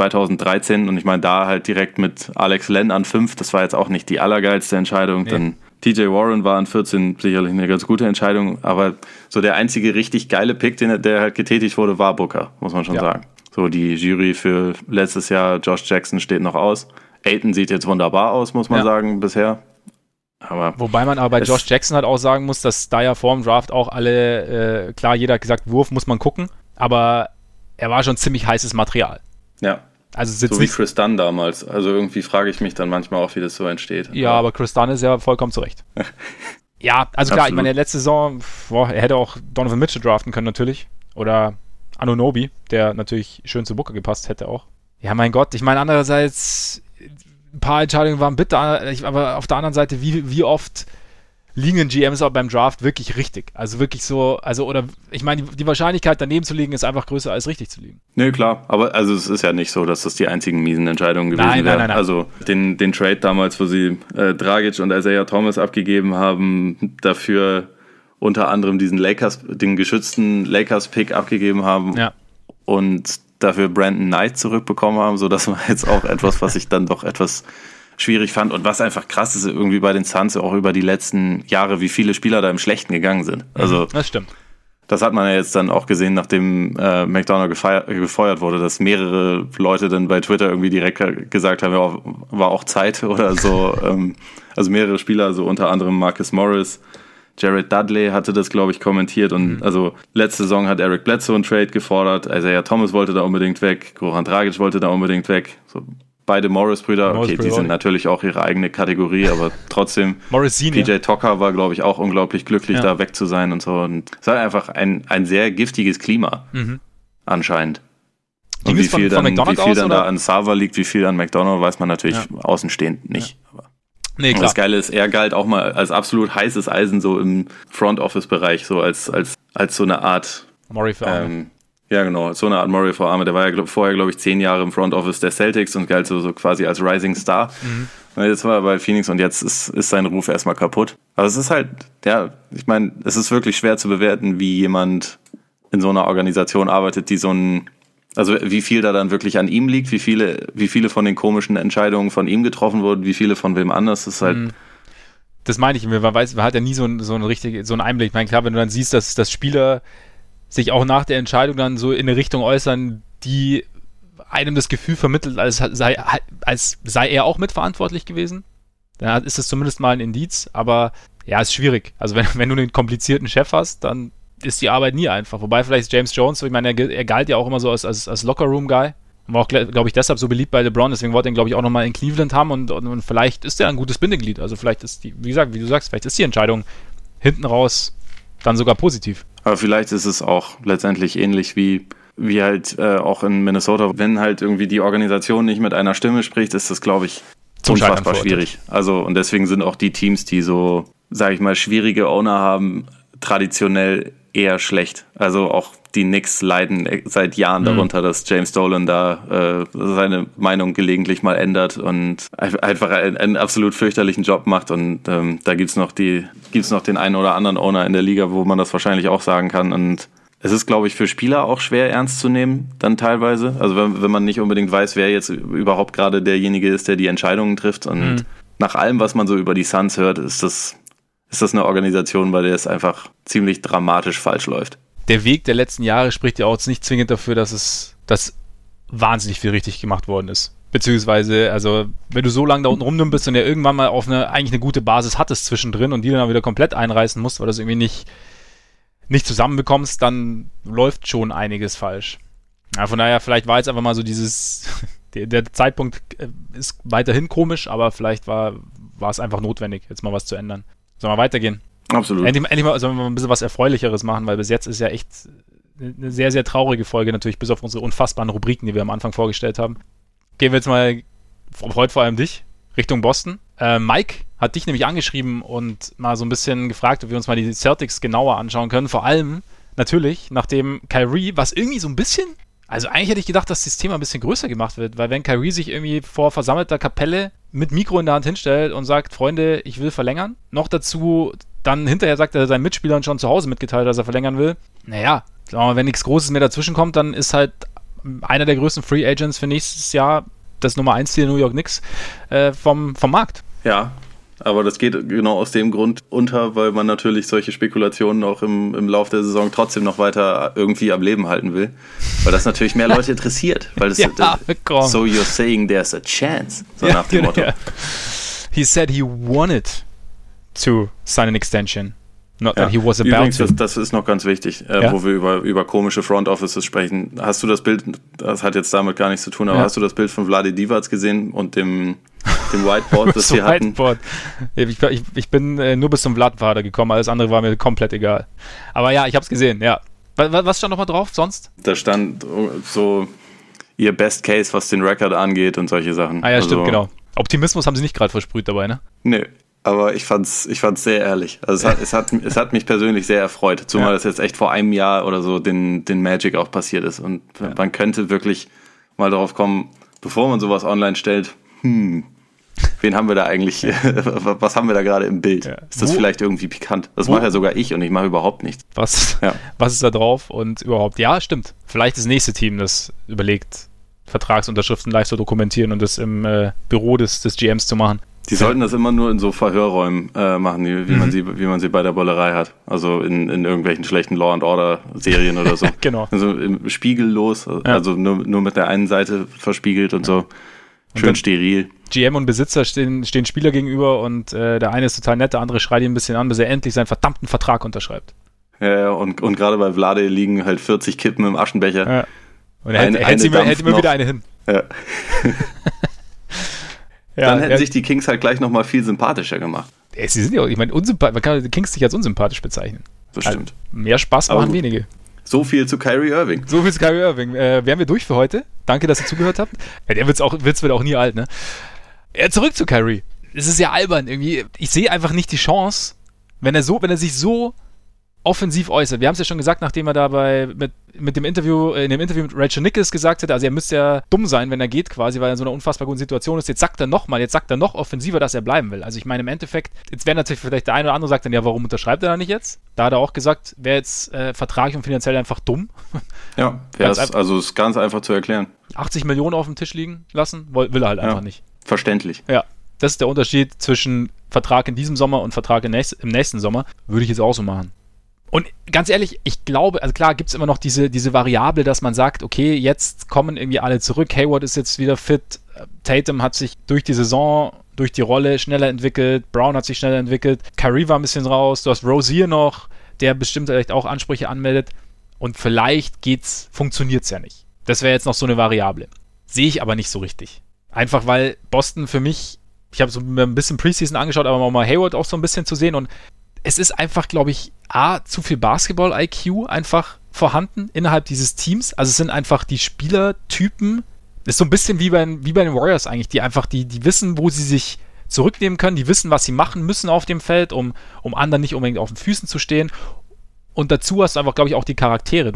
S2: 2013 und ich meine da halt direkt mit Alex Len an 5. Das war jetzt auch nicht die allergeilste Entscheidung. Nee. Dann TJ Warren war an 14 sicherlich eine ganz gute Entscheidung. Aber so der einzige richtig geile Pick, der halt getätigt wurde, war Booker, muss man schon sagen. So die Jury für letztes Jahr, Josh Jackson steht noch aus. Ayton sieht jetzt wunderbar aus, muss man sagen, bisher.
S1: Wobei man aber bei Josh Jackson halt auch sagen muss, dass da ja vor dem Draft auch alle, klar, jeder hat gesagt, Wurf muss man gucken, aber er war schon ziemlich heißes Material.
S2: Ja.
S1: Also
S2: so wie Chris Dunn damals. Also irgendwie frage ich mich dann manchmal auch, wie das so entsteht.
S1: Ja, aber Chris Dunn ist ja vollkommen zurecht. Ja, also klar, ich meine, letzte Saison, er hätte auch Donovan Mitchell draften können natürlich. Oder Anunoby, der natürlich schön zu Booker gepasst hätte auch. Ja, mein Gott, ich meine, andererseits, ein paar Entscheidungen waren bitter, aber auf der anderen Seite, wie oft liegen GMs auch beim Draft wirklich richtig? Also wirklich so, oder ich meine, die Wahrscheinlichkeit daneben zu liegen ist einfach größer als richtig zu liegen.
S2: Nee, klar, aber also es ist ja nicht so, dass das die einzigen miesen Entscheidungen gewesen wären. Nein. Also den Trade damals, wo sie Dragic und Isaiah Thomas abgegeben haben, dafür unter anderem den geschützten Lakers-Pick abgegeben haben und dafür Brandon Knight zurückbekommen haben, so das war jetzt auch etwas, was ich dann doch etwas schwierig fand und was einfach krass ist irgendwie bei den Suns auch über die letzten Jahre, wie viele Spieler da im Schlechten gegangen sind. Also
S1: das stimmt.
S2: Das hat man ja jetzt dann auch gesehen, nachdem McDonough gefeuert wurde, dass mehrere Leute dann bei Twitter irgendwie direkt gesagt haben, ja, war auch Zeit oder so. Also mehrere Spieler, so unter anderem Marcus Morris, Jared Dudley hatte das, glaube ich, kommentiert und also letzte Saison hat Eric Bledsoe einen Trade gefordert, Isaiah Thomas wollte da unbedingt weg, Goran Dragic wollte da unbedingt weg, so beide Morris-Brüder, okay, die sind natürlich auch ihre eigene Kategorie, aber trotzdem PJ Tucker war, glaube ich, auch unglaublich glücklich, da weg zu sein und so und es war einfach ein sehr giftiges Klima, anscheinend. Und wie viel dann da an Sarver liegt, wie viel an McDonough, weiß man natürlich außenstehend nicht, aber nee, klar. Das Geile ist, er galt auch mal als absolut heißes Eisen so im Front-Office-Bereich, so als so eine Art
S1: Murray für Arme.
S2: Ja, genau, so eine Art Murray für Arme. Der war ja vorher, glaube ich, 10 Jahre im Front-Office der Celtics und galt so quasi als Rising Star. Und jetzt war er bei Phoenix und jetzt ist sein Ruf erstmal kaputt. Aber es ist halt, ich meine, es ist wirklich schwer zu bewerten, wie jemand in so einer Organisation arbeitet, die also wie viel da dann wirklich an ihm liegt, wie viele von den komischen Entscheidungen von ihm getroffen wurden, wie viele von wem anders, das ist halt...
S1: Das meine ich, man hat ja nie so einen Einblick. Ich meine, klar, wenn du dann siehst, dass Spieler sich auch nach der Entscheidung dann so in eine Richtung äußern, die einem das Gefühl vermittelt, als sei er auch mitverantwortlich gewesen. Dann ist es zumindest mal ein Indiz, aber ja, ist schwierig. Also wenn du einen komplizierten Chef hast, dann ist die Arbeit nie einfach. Wobei vielleicht James Jones, ich meine, er galt ja auch immer so als Locker-Room-Guy. War auch, glaube ich, deshalb so beliebt bei LeBron, deswegen wollte er ihn, glaube ich, auch nochmal in Cleveland haben und vielleicht ist er ein gutes Bindeglied. Also vielleicht ist wie du sagst, vielleicht ist die Entscheidung hinten raus dann sogar positiv.
S2: Aber vielleicht ist es auch letztendlich ähnlich wie halt auch in Minnesota. Wenn halt irgendwie die Organisation nicht mit einer Stimme spricht, ist das, glaube ich, unfassbar schwierig. Also und deswegen sind auch die Teams, die so, sage ich mal, schwierige Owner haben, traditionell eher schlecht. Also auch die Knicks leiden seit Jahren darunter, dass James Dolan da seine Meinung gelegentlich mal ändert und einfach einen absolut fürchterlichen Job macht. Und da gibt's noch den einen oder anderen Owner in der Liga, wo man das wahrscheinlich auch sagen kann. Und es ist, glaube ich, für Spieler auch schwer ernst zu nehmen, dann teilweise. Also wenn man nicht unbedingt weiß, wer jetzt überhaupt gerade derjenige ist, der die Entscheidungen trifft. Und nach allem, was man so über die Suns hört, ist das eine Organisation, bei der es einfach ziemlich dramatisch falsch läuft.
S1: Der Weg der letzten Jahre spricht ja auch jetzt nicht zwingend dafür, dass wahnsinnig viel richtig gemacht worden ist. Beziehungsweise, also wenn du so lange da unten rumnimmst und ja irgendwann mal eigentlich eine gute Basis hattest zwischendrin und die dann wieder komplett einreißen musst, weil du es irgendwie nicht zusammenbekommst, dann läuft schon einiges falsch. Ja, von daher, vielleicht war jetzt einfach mal so der Zeitpunkt ist weiterhin komisch, aber vielleicht war es einfach notwendig, jetzt mal was zu ändern. Sollen wir weitergehen?
S2: Absolut.
S1: Endlich mal, sollen wir mal ein bisschen was Erfreulicheres machen, weil bis jetzt ist ja echt eine sehr, sehr traurige Folge, natürlich bis auf unsere unfassbaren Rubriken, die wir am Anfang vorgestellt haben. Gehen wir jetzt mal, heute vor allem dich, Richtung Boston. Mike hat dich nämlich angeschrieben und mal so ein bisschen gefragt, ob wir uns mal die Celtics genauer anschauen können. Vor allem natürlich, nachdem Kyrie, was irgendwie so ein bisschen, also eigentlich hätte ich gedacht, dass das Thema ein bisschen größer gemacht wird, weil wenn Kyrie sich irgendwie vor versammelter Kapelle mit Mikro in der Hand hinstellt und sagt, Freunde, ich will verlängern, noch dazu dann hinterher sagt er seinen Mitspielern schon zu Hause mitgeteilt, dass er verlängern will. Naja, sagen wir mal, wenn nichts Großes mehr dazwischen kommt, dann ist halt einer der größten Free Agents für nächstes Jahr das Nummer 1 Ziel New York Knicks vom Markt.
S2: Ja, aber das geht genau aus dem Grund unter, weil man natürlich solche Spekulationen auch im Lauf der Saison trotzdem noch weiter irgendwie am Leben halten will. Weil das natürlich mehr Leute interessiert. Weil das so you're saying there's a chance. So nach dem Motto. Ja.
S1: He said he wanted to sign an extension. Not that he was about
S2: Übrigens,
S1: to.
S2: Das ist noch ganz wichtig, wo wir über komische Front Offices sprechen. Hast du das Bild, das hat jetzt damit gar nichts zu tun, aber hast du das Bild von Vlade Divac gesehen und dem Whiteboard, das wir hatten?
S1: Ich bin nur bis zum Vlad-Vater gekommen, alles andere war mir komplett egal. Aber ja, ich hab's gesehen, ja. Was stand nochmal drauf sonst?
S2: Da stand so ihr Best Case, was den Record angeht und solche Sachen.
S1: Ah ja, stimmt, genau. Optimismus haben sie nicht gerade versprüht dabei, ne?
S2: Nö. Aber ich fand's sehr ehrlich. Also es hat mich persönlich sehr erfreut, zumal das jetzt echt vor einem Jahr oder so den Magic auch passiert ist. Und man könnte wirklich mal darauf kommen, bevor man sowas online stellt, wen haben wir da eigentlich, was haben wir da gerade im Bild? Ja. Ist das vielleicht irgendwie pikant? Das mache ja sogar ich und ich mache überhaupt nichts.
S1: Was ist da drauf und überhaupt? Ja, stimmt. Vielleicht das nächste Team, das überlegt, Vertragsunterschriften live zu dokumentieren und das im Büro des GMs zu machen.
S2: Die sollten das immer nur in so Verhörräumen machen, wie man sie bei der Bollerei hat. Also in irgendwelchen schlechten Law and Order Serien oder so.
S1: Genau.
S2: Also im spiegellos, also nur mit der einen Seite verspiegelt und so. Schön steril.
S1: GM und Besitzer stehen Spieler gegenüber und der eine ist total nett, der andere schreit ihn ein bisschen an, bis er endlich seinen verdammten Vertrag unterschreibt.
S2: Ja, und gerade bei Vlade liegen halt 40 Kippen im Aschenbecher. Ja.
S1: Und er hält immer wieder eine hin.
S2: Ja. Dann hätten sich die Kings halt gleich nochmal viel sympathischer gemacht.
S1: Sie sind ja auch, ich meine, man kann die Kings nicht als unsympathisch bezeichnen.
S2: Das stimmt.
S1: Also, mehr Spaß machen wenige.
S2: So viel zu Kyrie Irving.
S1: Wären wir durch für heute. Danke, dass ihr zugehört habt. Ja, der wird auch nie alt, ne? Ja, zurück zu Kyrie. Es ist ja albern irgendwie. Ich sehe einfach nicht die Chance, wenn er sich so offensiv äußert. Wir haben es ja schon gesagt, nachdem er dabei in dem Interview mit Rachel Nichols gesagt hat, also er müsste ja dumm sein, wenn er geht quasi, weil er in so einer unfassbar guten Situation ist. Jetzt sagt er noch offensiver, dass er bleiben will. Also ich meine, im Endeffekt, jetzt wäre natürlich vielleicht der eine oder andere sagt dann, ja, warum unterschreibt er da nicht jetzt? Da hat er auch gesagt, wäre jetzt vertraglich und finanziell einfach dumm.
S2: Ja, ist ganz einfach zu erklären.
S1: 80 Millionen auf dem Tisch liegen lassen, will er halt einfach nicht.
S2: Verständlich.
S1: Ja, das ist der Unterschied zwischen Vertrag in diesem Sommer und Vertrag im nächsten Sommer. Würde ich jetzt auch so machen. Und ganz ehrlich, ich glaube, also klar gibt es immer noch diese Variable, dass man sagt, okay, jetzt kommen irgendwie alle zurück, Hayward ist jetzt wieder fit, Tatum hat sich durch die Saison, durch die Rolle schneller entwickelt, Brown hat sich schneller entwickelt, Kyrie war ein bisschen raus, du hast Rozier noch, der bestimmt vielleicht auch Ansprüche anmeldet und vielleicht funktioniert es ja nicht. Das wäre jetzt noch so eine Variable. Sehe ich aber nicht so richtig. Einfach weil Boston für mich, ich habe so ein bisschen Preseason angeschaut, aber mal Hayward auch so ein bisschen zu sehen und es ist einfach, glaube ich, zu viel Basketball-IQ einfach vorhanden innerhalb dieses Teams. Also es sind einfach die Spielertypen, das ist so ein bisschen wie bei den Warriors eigentlich, die wissen, wo sie sich zurücknehmen können, die wissen, was sie machen müssen auf dem Feld, um anderen nicht unbedingt auf den Füßen zu stehen. Und dazu hast du einfach, glaube ich, auch die Charaktere.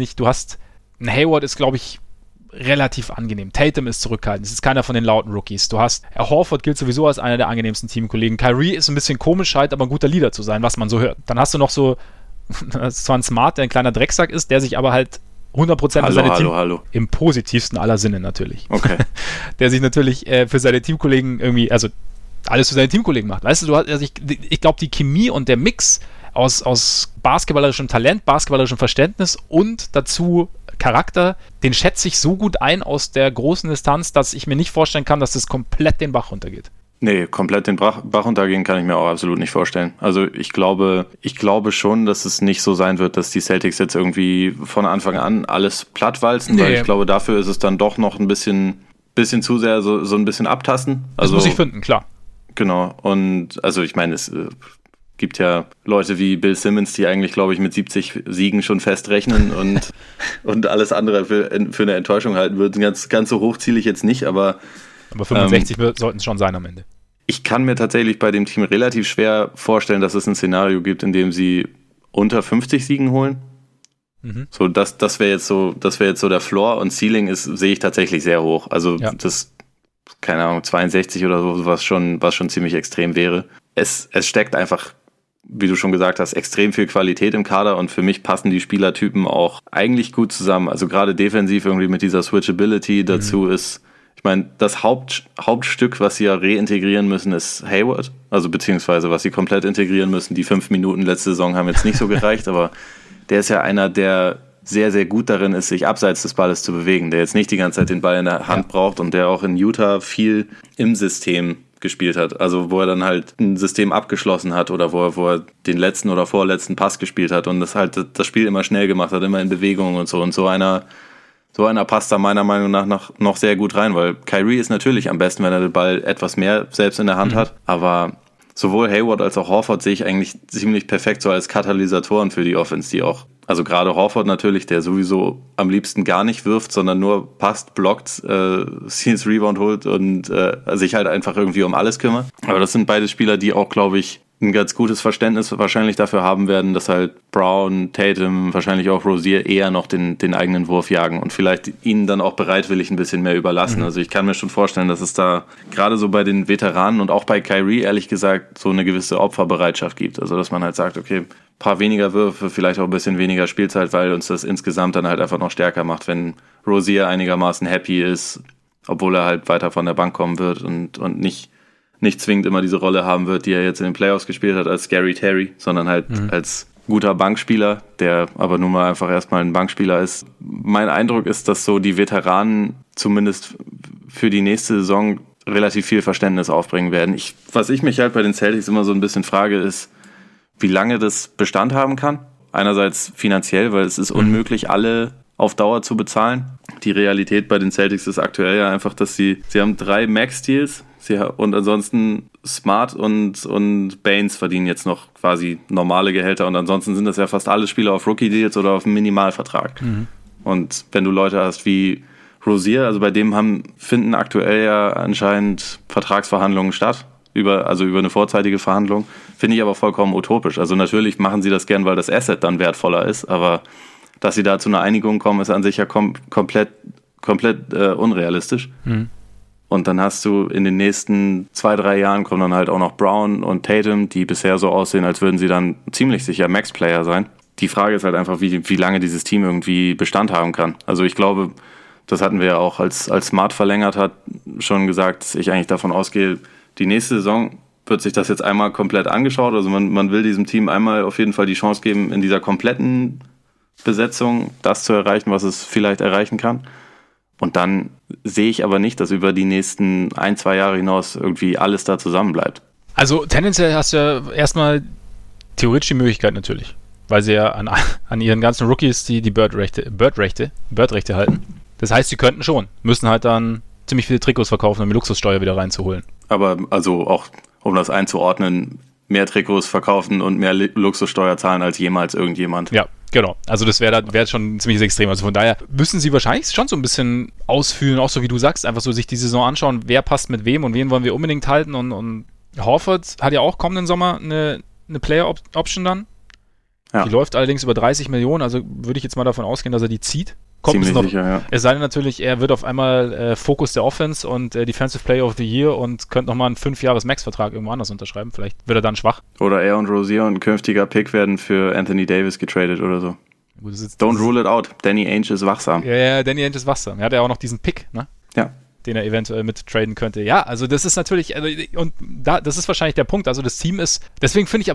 S1: Ein Hayward ist, glaube ich, relativ angenehm. Tatum ist zurückhaltend. Es ist keiner von den lauten Rookies. Horford gilt sowieso als einer der angenehmsten Teamkollegen. Kyrie ist ein bisschen komisch, scheint aber ein guter Leader zu sein, was man so hört. Dann hast du noch so, das ist zwar ein Smart, der ein kleiner Drecksack ist, der sich aber halt 100% für seine Team... Im positivsten aller Sinne natürlich.
S2: Okay.
S1: Der sich natürlich für seine Teamkollegen irgendwie, also alles für seine Teamkollegen macht. Weißt du, ich glaube, die Chemie und der Mix aus basketballerischem Talent, basketballerischem Verständnis und dazu Charakter, den schätze ich so gut ein aus der großen Distanz, dass ich mir nicht vorstellen kann, dass das komplett den Bach runtergeht.
S2: Nee, komplett den Bach runtergehen kann ich mir auch absolut nicht vorstellen. Also ich glaube schon, dass es nicht so sein wird, dass die Celtics jetzt irgendwie von Anfang an alles plattwalzen, weil ich glaube, dafür ist es dann doch noch ein bisschen zu sehr so ein bisschen abtasten. Also,
S1: das muss ich finden, klar.
S2: Genau, und also ich meine, es gibt ja Leute wie Bill Simmons, die eigentlich, glaube ich, mit 70 Siegen schon festrechnen und alles andere für eine Enttäuschung halten würden. Ganz so hoch ziele ich jetzt nicht, aber
S1: 65 sollten es schon sein am Ende.
S2: Ich kann mir tatsächlich bei dem Team relativ schwer vorstellen, dass es ein Szenario gibt, in dem sie unter 50 Siegen holen. Mhm. So, das wäre jetzt so der Floor und Ceiling sehe ich tatsächlich sehr hoch. Also das, keine Ahnung, 62 oder so, was schon ziemlich extrem wäre. Es steckt einfach, wie du schon gesagt hast, extrem viel Qualität im Kader und für mich passen die Spielertypen auch eigentlich gut zusammen. Also gerade defensiv irgendwie mit dieser Switchability dazu ist, ich meine, das Hauptstück, was sie ja reintegrieren müssen, ist Hayward. Also beziehungsweise was sie komplett integrieren müssen. Die 5 Minuten letzte Saison haben jetzt nicht so gereicht, aber der ist ja einer, der sehr, sehr gut darin ist, sich abseits des Balles zu bewegen, der jetzt nicht die ganze Zeit den Ball in der Hand braucht und der auch in Utah viel im System gespielt hat. Also wo er dann halt ein System abgeschlossen hat oder wo er den letzten oder vorletzten Pass gespielt hat und das halt das Spiel immer schnell gemacht hat, immer in Bewegung und so. Und so einer passt da meiner Meinung nach noch sehr gut rein, weil Kyrie ist natürlich am besten, wenn er den Ball etwas mehr selbst in der Hand hat, aber sowohl Hayward als auch Horford sehe ich eigentlich ziemlich perfekt so als Katalysatoren für die Offense, die auch, also gerade Horford natürlich, der sowieso am liebsten gar nicht wirft, sondern nur passt, blockt, Steals, Rebound holt und sich halt einfach irgendwie um alles kümmert. Aber das sind beide Spieler, die auch, glaube ich, ein ganz gutes Verständnis wahrscheinlich dafür haben werden, dass halt Brown, Tatum, wahrscheinlich auch Rozier eher noch den eigenen Wurf jagen und vielleicht ihnen dann auch bereitwillig ein bisschen mehr überlassen. Also ich kann mir schon vorstellen, dass es da gerade so bei den Veteranen und auch bei Kyrie ehrlich gesagt so eine gewisse Opferbereitschaft gibt. Also dass man halt sagt, okay, ein paar weniger Würfe, vielleicht auch ein bisschen weniger Spielzeit, weil uns das insgesamt dann halt einfach noch stärker macht, wenn Rozier einigermaßen happy ist, obwohl er halt weiter von der Bank kommen wird und nicht zwingend immer diese Rolle haben wird, die er jetzt in den Playoffs gespielt hat als Scary Terry, sondern halt als guter Bankspieler, der aber nun mal einfach erstmal ein Bankspieler ist. Mein Eindruck ist, dass so die Veteranen zumindest für die nächste Saison relativ viel Verständnis aufbringen werden. Was ich mich halt bei den Celtics immer so ein bisschen frage, ist, wie lange das Bestand haben kann. Einerseits finanziell, weil es ist unmöglich, alle auf Dauer zu bezahlen. Die Realität bei den Celtics ist aktuell ja einfach, dass sie haben 3 Max-Deals und ansonsten Smart und Baines verdienen jetzt noch quasi normale Gehälter und ansonsten sind das ja fast alle Spieler auf Rookie-Deals oder auf einem Minimalvertrag. Und wenn du Leute hast wie Rozier, also bei dem finden aktuell ja anscheinend Vertragsverhandlungen statt, über eine vorzeitige Verhandlung, finde ich aber vollkommen utopisch. Also natürlich machen sie das gern, weil das Asset dann wertvoller ist, aber dass sie da zu einer Einigung kommen, ist an sich ja komplett unrealistisch. Und dann hast du in den nächsten 2-3 Jahren kommen dann halt auch noch Brown und Tatum, die bisher so aussehen, als würden sie dann ziemlich sicher Max-Player sein. Die Frage ist halt einfach, wie lange dieses Team irgendwie Bestand haben kann. Also ich glaube, das hatten wir ja auch, als Smart verlängert hat, schon gesagt, dass ich eigentlich davon ausgehe, die nächste Saison wird sich das jetzt einmal komplett angeschaut. Also man will diesem Team einmal auf jeden Fall die Chance geben, in dieser kompletten Besetzung das zu erreichen, was es vielleicht erreichen kann. Und dann sehe ich aber nicht, dass über die nächsten 1-2 Jahre hinaus irgendwie alles da zusammenbleibt.
S1: Also tendenziell hast du ja erstmal theoretisch die Möglichkeit natürlich, weil sie ja an ihren ganzen Rookies die Bird-Rechte halten. Das heißt, sie könnten schon, müssen halt dann ziemlich viele Trikots verkaufen, um die Luxussteuer wieder reinzuholen.
S2: Aber also auch, um das einzuordnen, mehr Trikots verkaufen und mehr Luxussteuer zahlen als jemals irgendjemand.
S1: Ja, genau. Also das wäre schon ein ziemliches Extrem. Also von daher müssen sie wahrscheinlich schon so ein bisschen ausfühlen, auch so wie du sagst, einfach so sich die Saison anschauen, wer passt mit wem und wen wollen wir unbedingt halten. Und Horford hat ja auch kommenden Sommer eine Player-Option dann. Ja. Die läuft allerdings über 30 Millionen, also würde ich jetzt mal davon ausgehen, dass er die zieht.
S2: Ziemlich sicher, ja.
S1: Es sei denn natürlich, er wird auf einmal Fokus der Offense und Defensive Player of the Year und könnte nochmal einen 5-Jahres-Max-Vertrag irgendwo anders unterschreiben. Vielleicht wird er dann schwach.
S2: Oder er und Rozier und ein künftiger Pick werden für Anthony Davis getradet oder so. Gut, Don't rule it out. Danny Ainge ist wachsam.
S1: Ja, Danny Ainge ist wachsam. Er hat ja auch noch diesen Pick, ne?
S2: Ja.
S1: Den er eventuell mit traden könnte. Ja, also das ist natürlich, das ist wahrscheinlich der Punkt. Also das Team ist, deswegen finde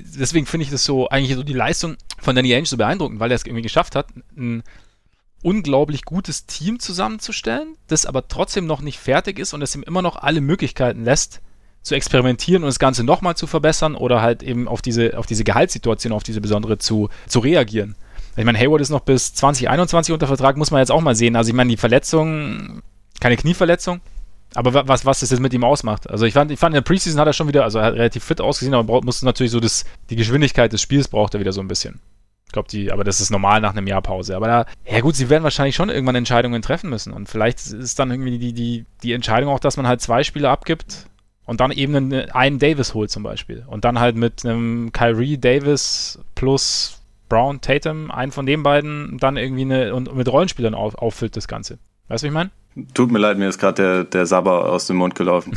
S1: ich das so, eigentlich so die Leistung von Danny Ainge so beeindruckend, weil er es irgendwie geschafft hat, ein unglaublich gutes Team zusammenzustellen, das aber trotzdem noch nicht fertig ist und es ihm immer noch alle Möglichkeiten lässt, zu experimentieren und das Ganze nochmal zu verbessern oder halt eben auf diese Gehaltssituation, auf diese besondere zu reagieren. Ich meine, Hayward ist noch bis 2021 unter Vertrag, muss man jetzt auch mal sehen. Also ich meine, die Verletzung, keine Knieverletzung, aber was das jetzt mit ihm ausmacht. Also ich fand in der Preseason hat er schon wieder, also er hat relativ fit ausgesehen, aber musste natürlich so die Geschwindigkeit des Spiels braucht er wieder so ein bisschen. Ich glaube, aber das ist normal nach einem Jahr Pause. Aber ja gut, sie werden wahrscheinlich schon irgendwann Entscheidungen treffen müssen. Und vielleicht ist dann irgendwie die Entscheidung auch, dass man halt 2 Spieler abgibt und dann eben einen Davis holt zum Beispiel. Und dann halt mit einem Kyrie, Davis plus Brown, Tatum, einen von den beiden dann irgendwie und mit Rollenspielern auffüllt das Ganze. Weißt du, was ich meine?
S2: Tut mir leid, mir ist gerade der Sabber aus dem Mund gelaufen.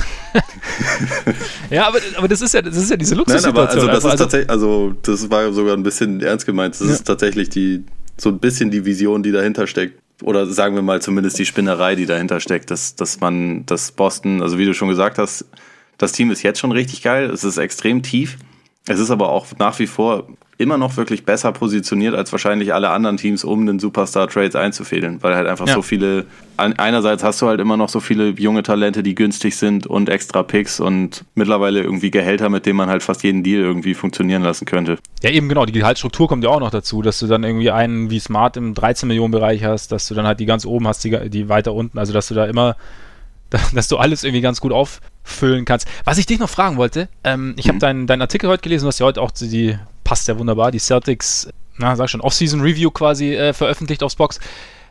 S1: Ja, aber das ist ja diese Luxussituation.
S2: Nein, aber das war sogar ein bisschen ernst gemeint. Das ist tatsächlich so ein bisschen die Vision, die dahinter steckt. Oder sagen wir mal zumindest die Spinnerei, die dahinter steckt, dass Boston, also wie du schon gesagt hast, das Team ist jetzt schon richtig geil. Es ist extrem tief. Es ist aber auch nach wie vor immer noch wirklich besser positioniert als wahrscheinlich alle anderen Teams, um den Superstar-Trades einzufädeln, weil halt einfach so viele, einerseits hast du halt immer noch so viele junge Talente, die günstig sind und extra Picks und mittlerweile irgendwie Gehälter, mit denen man halt fast jeden Deal irgendwie funktionieren lassen könnte.
S1: Ja eben genau, die Gehaltsstruktur kommt ja auch noch dazu, dass du dann irgendwie einen wie Smart im 13-Millionen-Bereich hast, dass du dann halt die ganz oben hast, die weiter unten, also dass du da immer, dass du alles irgendwie ganz gut auffüllen kannst. Was ich dich noch fragen wollte, ich habe deinen Artikel heute gelesen, du hast ja heute auch passt ja wunderbar, die Celtics, Off-Season Review quasi veröffentlicht auf Spox.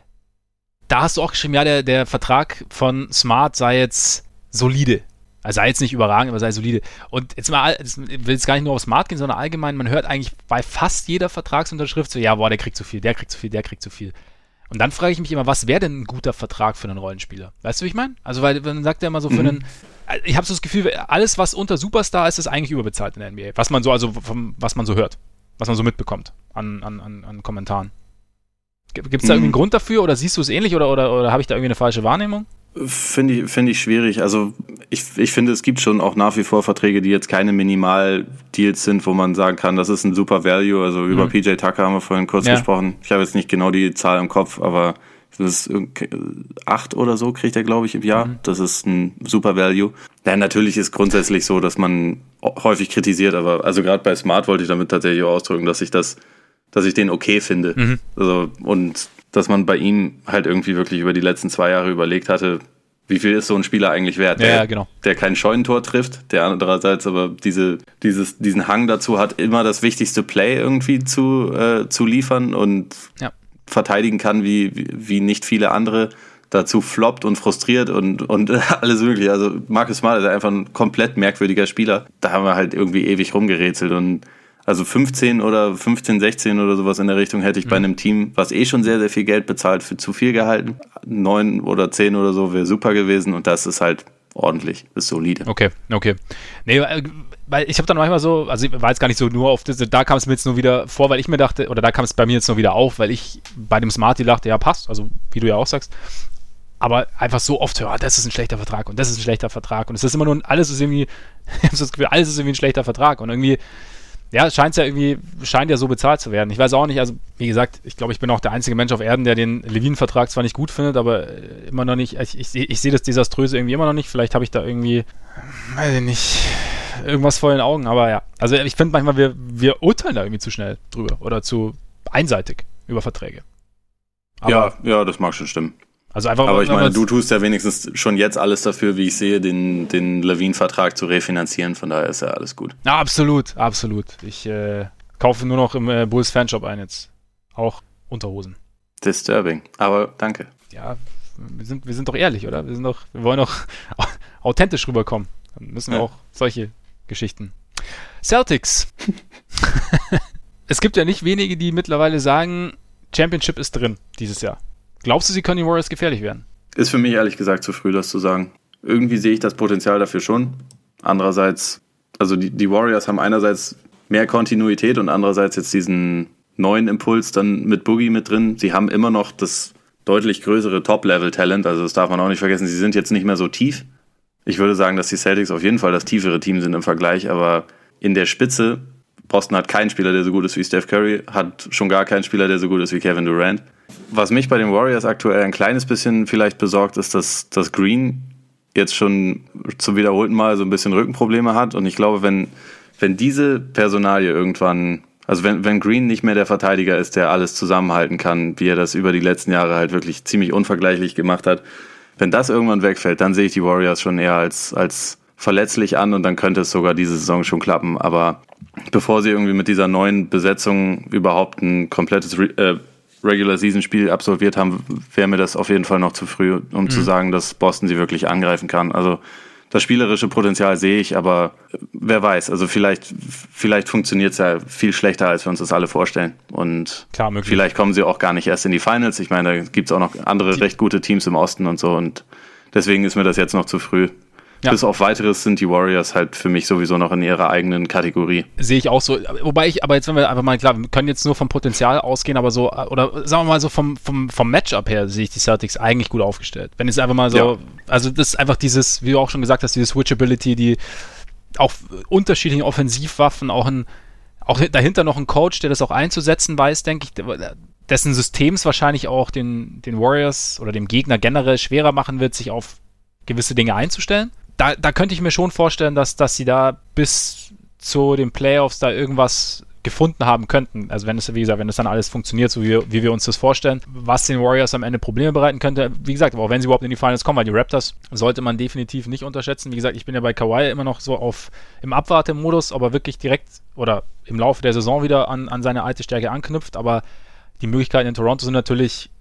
S1: Da hast du auch geschrieben, ja, der Vertrag von Smart sei jetzt solide. Also sei jetzt nicht überragend, aber sei solide. Und jetzt mal, ich will jetzt gar nicht nur auf Smart gehen, sondern allgemein, man hört eigentlich bei fast jeder Vertragsunterschrift so, ja, boah, der kriegt zu viel, der kriegt zu viel, der kriegt zu viel. Und dann frage ich mich immer, was wäre denn ein guter Vertrag für einen Rollenspieler? Weißt du, wie ich meine? Also, weil man sagt ja immer so für einen, ich habe so das Gefühl, alles, was unter Superstar ist, ist eigentlich überbezahlt in der NBA. Was man so, was man so hört, was man so mitbekommt an Kommentaren. Gibt es da irgendwie einen Grund dafür oder siehst du es ähnlich oder habe ich da irgendwie eine falsche Wahrnehmung?
S2: Finde ich schwierig. Also ich finde, es gibt schon auch nach wie vor Verträge, die jetzt keine Minimal-Deals sind, wo man sagen kann, das ist ein super Value. Also über PJ Tucker haben wir vorhin kurz gesprochen. Ich habe jetzt nicht genau die Zahl im Kopf, aber das ist 8 oder so kriegt er, glaube ich, im Jahr. Das ist ein super Value. Ja, natürlich ist grundsätzlich so, dass man häufig kritisiert, aber also gerade bei Smart wollte ich damit tatsächlich auch ausdrücken, dass ich den okay finde. Also, und dass man bei ihm halt irgendwie wirklich über die letzten 2 Jahre überlegt hatte, wie viel ist so ein Spieler eigentlich wert, der kein Scheunentor trifft, der andererseits aber diesen Hang dazu hat, immer das wichtigste Play irgendwie zu liefern und verteidigen kann, wie nicht viele andere, dazu floppt und frustriert und alles mögliche. Also Marcus Smart ist einfach ein komplett merkwürdiger Spieler. Da haben wir halt irgendwie ewig rumgerätselt und also 15, 16 oder sowas in der Richtung hätte ich bei einem Team, was schon sehr, sehr viel Geld bezahlt, für zu viel gehalten. 9 oder 10 oder so wäre super gewesen und das ist halt ordentlich, ist solide.
S1: Okay. Nee, weil ich habe dann manchmal so, also ich war jetzt gar nicht so nur auf das, da kam es mir jetzt nur wieder vor, weil ich mir dachte, oder da kam es bei mir jetzt nur wieder auf, weil ich bei dem Smarty dachte, ja passt, also wie du ja auch sagst, aber einfach so oft höre, das ist ein schlechter Vertrag und das ist ein schlechter Vertrag und es ist immer nur alles ist irgendwie, Ich habe das Gefühl, alles ist irgendwie ein schlechter Vertrag und irgendwie, ja, scheint ja so bezahlt zu werden. Ich weiß auch nicht, also wie gesagt, ich glaube, ich bin auch der einzige Mensch auf Erden, der den Levine-Vertrag zwar nicht gut findet, aber immer noch nicht, ich sehe das Desaströse irgendwie immer noch nicht, vielleicht habe ich da irgendwie, weiß ich nicht, irgendwas vor den Augen, aber ja. Also ich finde manchmal, wir urteilen da irgendwie zu schnell drüber oder zu einseitig über Verträge.
S2: Aber, ja, das mag schon stimmen.
S1: Also einfach,
S2: aber ich meine, du tust ja wenigstens schon jetzt alles dafür, wie ich sehe, den Levine-Vertrag zu refinanzieren. Von daher ist ja alles gut.
S1: Ja, absolut. Ich kaufe nur noch im Bulls Fanshop ein jetzt. Auch Unterhosen.
S2: Disturbing. Aber danke.
S1: Ja, wir sind doch ehrlich, oder? Wir wollen doch authentisch rüberkommen. Dann müssen wir auch solche Geschichten. Celtics. Es gibt ja nicht wenige, die mittlerweile sagen, Championship ist drin dieses Jahr. Glaubst du, sie können die Warriors gefährlich werden?
S2: Ist für mich ehrlich gesagt zu früh, das zu sagen. Irgendwie sehe ich das Potenzial dafür schon. Andererseits, also die Warriors haben einerseits mehr Kontinuität und andererseits jetzt diesen neuen Impuls dann mit Boogie mit drin. Sie haben immer noch das deutlich größere Top-Level-Talent, also das darf man auch nicht vergessen. Sie sind jetzt nicht mehr so tief. Ich würde sagen, dass die Celtics auf jeden Fall das tiefere Team sind im Vergleich, aber in der Spitze, Boston hat keinen Spieler, der so gut ist wie Steph Curry, hat schon gar keinen Spieler, der so gut ist wie Kevin Durant. Was mich bei den Warriors aktuell ein kleines bisschen vielleicht besorgt, ist, dass Green jetzt schon zum wiederholten Mal so ein bisschen Rückenprobleme hat. Und ich glaube, wenn diese Personalie irgendwann, also wenn Green nicht mehr der Verteidiger ist, der alles zusammenhalten kann, wie er das über die letzten Jahre halt wirklich ziemlich unvergleichlich gemacht hat, wenn das irgendwann wegfällt, dann sehe ich die Warriors schon eher als verletzlich an und dann könnte es sogar diese Saison schon klappen. Aber bevor sie irgendwie mit dieser neuen Besetzung überhaupt ein komplettes Regular-Season-Spiel absolviert haben, wäre mir das auf jeden Fall noch zu früh, um zu sagen, dass Boston sie wirklich angreifen kann. Also das spielerische Potenzial sehe ich, aber wer weiß, also vielleicht funktioniert es ja viel schlechter, als wir uns das alle vorstellen. Und klar, vielleicht kommen sie auch gar nicht erst in die Finals. Ich meine, da gibt es auch noch andere recht gute Teams im Osten und so und deswegen ist mir das jetzt noch zu früh. Ja. Bis auf Weiteres sind die Warriors halt für mich sowieso noch in ihrer eigenen Kategorie.
S1: Sehe ich auch so. Wobei aber jetzt, wenn wir einfach mal, klar, wir können jetzt nur vom Potenzial ausgehen, aber so, oder sagen wir mal so vom Matchup her sehe ich die Celtics eigentlich gut aufgestellt. Wenn es einfach mal so, also das ist einfach dieses, wie du auch schon gesagt hast, diese Switchability, die auch unterschiedlichen Offensivwaffen, auch dahinter noch ein Coach, der das auch einzusetzen weiß, denke ich, dessen Systems wahrscheinlich auch den Warriors oder dem Gegner generell schwerer machen wird, sich auf gewisse Dinge einzustellen. Da könnte ich mir schon vorstellen, dass sie da bis zu den Playoffs da irgendwas gefunden haben könnten. Also wenn es dann alles funktioniert, so wie wir uns das vorstellen, was den Warriors am Ende Probleme bereiten könnte. Wie gesagt, aber auch wenn sie überhaupt in die Finals kommen, weil die Raptors sollte man definitiv nicht unterschätzen. Wie gesagt, ich bin ja bei Kawhi immer noch so im Abwartemodus, ob er wirklich direkt oder im Laufe der Saison wieder an seine alte Stärke anknüpft. Aber die Möglichkeiten in Toronto sind natürlich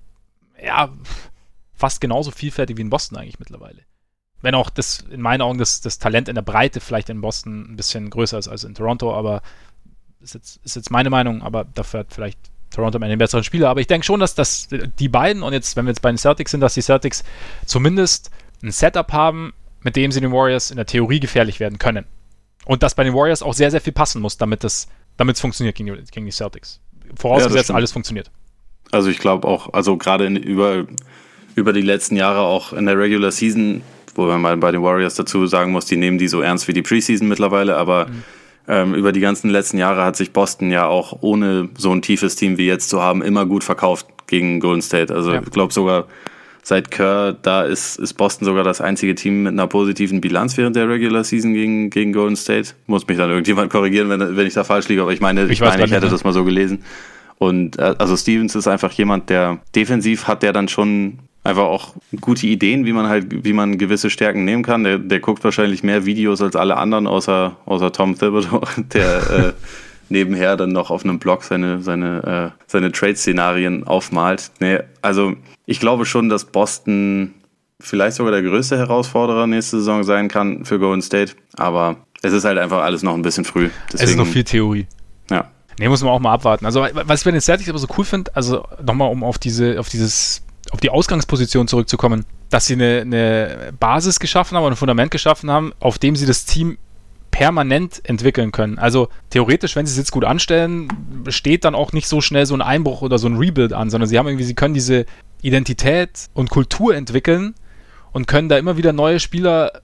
S1: fast genauso vielfältig wie in Boston eigentlich mittlerweile. Wenn auch das in meinen Augen das Talent in der Breite vielleicht in Boston ein bisschen größer ist als in Toronto, aber ist jetzt meine Meinung, aber dafür hat vielleicht Toronto am Ende den besseren Spieler. Aber ich denke schon, dass die beiden, und jetzt, wenn wir jetzt bei den Celtics sind, dass die Celtics zumindest ein Setup haben, mit dem sie den Warriors in der Theorie gefährlich werden können. Und dass bei den Warriors auch sehr, sehr viel passen muss, damit es funktioniert gegen die Celtics. Vorausgesetzt, alles funktioniert.
S2: Also ich glaube auch, also gerade über die letzten Jahre auch in der Regular Season, wo man mal bei den Warriors dazu sagen muss, die nehmen die so ernst wie die Preseason mittlerweile, aber über die ganzen letzten Jahre hat sich Boston ja auch ohne so ein tiefes Team wie jetzt zu haben, immer gut verkauft gegen Golden State. Also ich glaube sogar seit Kerr, da ist Boston sogar das einzige Team mit einer positiven Bilanz während der Regular Season gegen Golden State. Muss mich dann irgendjemand korrigieren, wenn ich da falsch liege, aber ich hätte das mal so gelesen. Und also Stevens ist einfach jemand, der defensiv hat, der dann schon einfach auch gute Ideen, wie man gewisse Stärken nehmen kann. Der guckt wahrscheinlich mehr Videos als alle anderen, außer Tom Thibodeau, der nebenher dann noch auf einem Blog seine Trade-Szenarien aufmalt. Nee, also ich glaube schon, dass Boston vielleicht sogar der größte Herausforderer nächste Saison sein kann für Golden State, aber es ist halt einfach alles noch ein bisschen früh.
S1: Deswegen, es ist noch viel Theorie.
S2: Ja.
S1: Nee, muss man auch mal abwarten. Also was ich bei den Celtics aber so cool finde, also nochmal um auf die Ausgangsposition zurückzukommen, dass sie eine Basis geschaffen haben, ein Fundament geschaffen haben, auf dem sie das Team permanent entwickeln können. Also theoretisch, wenn sie es jetzt gut anstellen, steht dann auch nicht so schnell so ein Einbruch oder so ein Rebuild an, sondern sie können diese Identität und Kultur entwickeln und können da immer wieder neue Spieler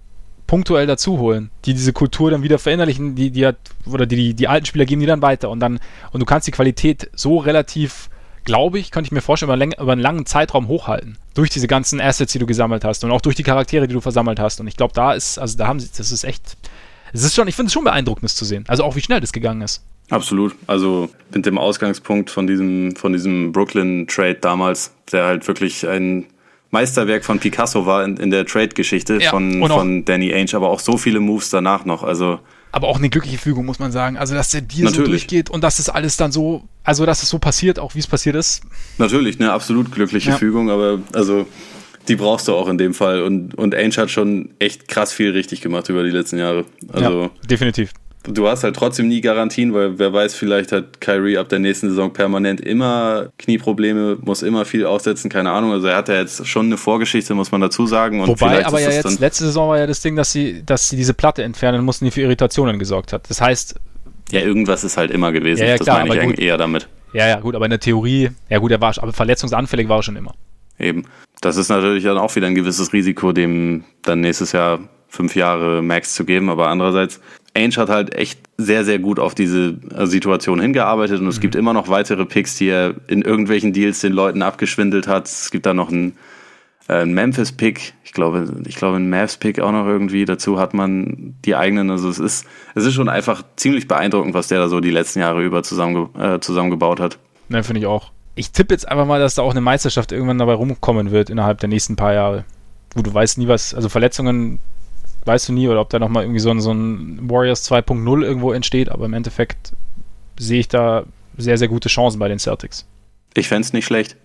S1: punktuell dazu holen, die diese Kultur dann wieder verinnerlichen, die alten Spieler geben die dann weiter und du kannst die Qualität so relativ, glaube ich, könnte ich mir vorstellen, über einen langen Zeitraum hochhalten. Durch diese ganzen Assets, die du gesammelt hast und auch durch die Charaktere, die du versammelt hast. Und ich glaube, das ist echt, ich finde es schon beeindruckend, das zu sehen. Also auch, wie schnell das gegangen ist.
S2: Absolut. Also mit dem Ausgangspunkt von diesem Brooklyn-Trade damals, der halt wirklich ein Meisterwerk von Picasso war in der Trade-Geschichte von Danny Ainge, aber auch so viele Moves danach noch.
S1: Aber auch eine glückliche Fügung, muss man sagen. Also, dass der Deal so durchgeht und dass das alles dann so, also dass es so passiert, auch wie es passiert ist.
S2: Natürlich, eine absolut glückliche Fügung, aber also die brauchst du auch in dem Fall. Und Ainge hat schon echt krass viel richtig gemacht über die letzten Jahre. Also,
S1: ja, definitiv.
S2: Du hast halt trotzdem nie Garantien, weil wer weiß, vielleicht hat Kyrie ab der nächsten Saison permanent immer Knieprobleme, muss immer viel aussetzen, keine Ahnung. Also er hat ja jetzt schon eine Vorgeschichte, muss man dazu sagen. Und
S1: wobei aber ja jetzt, letzte Saison war ja das Ding, dass sie diese Platte entfernen mussten, die für Irritationen gesorgt hat. Das heißt...
S2: Ja, irgendwas ist halt immer gewesen.
S1: Ja,
S2: das
S1: klar,
S2: meine ich eher damit.
S1: Ja, gut, aber in der Theorie, aber verletzungsanfällig war er schon immer.
S2: Eben. Das ist natürlich dann auch wieder ein gewisses Risiko, dem dann nächstes Jahr 5 Jahre Max zu geben, aber andererseits, Ainge hat halt echt sehr, sehr gut auf diese Situation hingearbeitet und es gibt immer noch weitere Picks, die er in irgendwelchen Deals den Leuten abgeschwindelt hat. Es gibt da noch einen Memphis-Pick, ich glaube einen Mavs-Pick auch noch irgendwie, dazu hat man die eigenen, also es ist schon einfach ziemlich beeindruckend, was der da so die letzten Jahre über zusammengebaut hat.
S1: Ne, finde ich auch. Ich tippe jetzt einfach mal, dass da auch eine Meisterschaft irgendwann dabei rumkommen wird innerhalb der nächsten paar Jahre. Gut, du weißt nie was, also Verletzungen weißt du nie, oder ob da nochmal irgendwie so ein Warriors 2.0 irgendwo entsteht, aber im Endeffekt sehe ich da sehr, sehr gute Chancen bei den Celtics.
S2: Ich fände es nicht schlecht.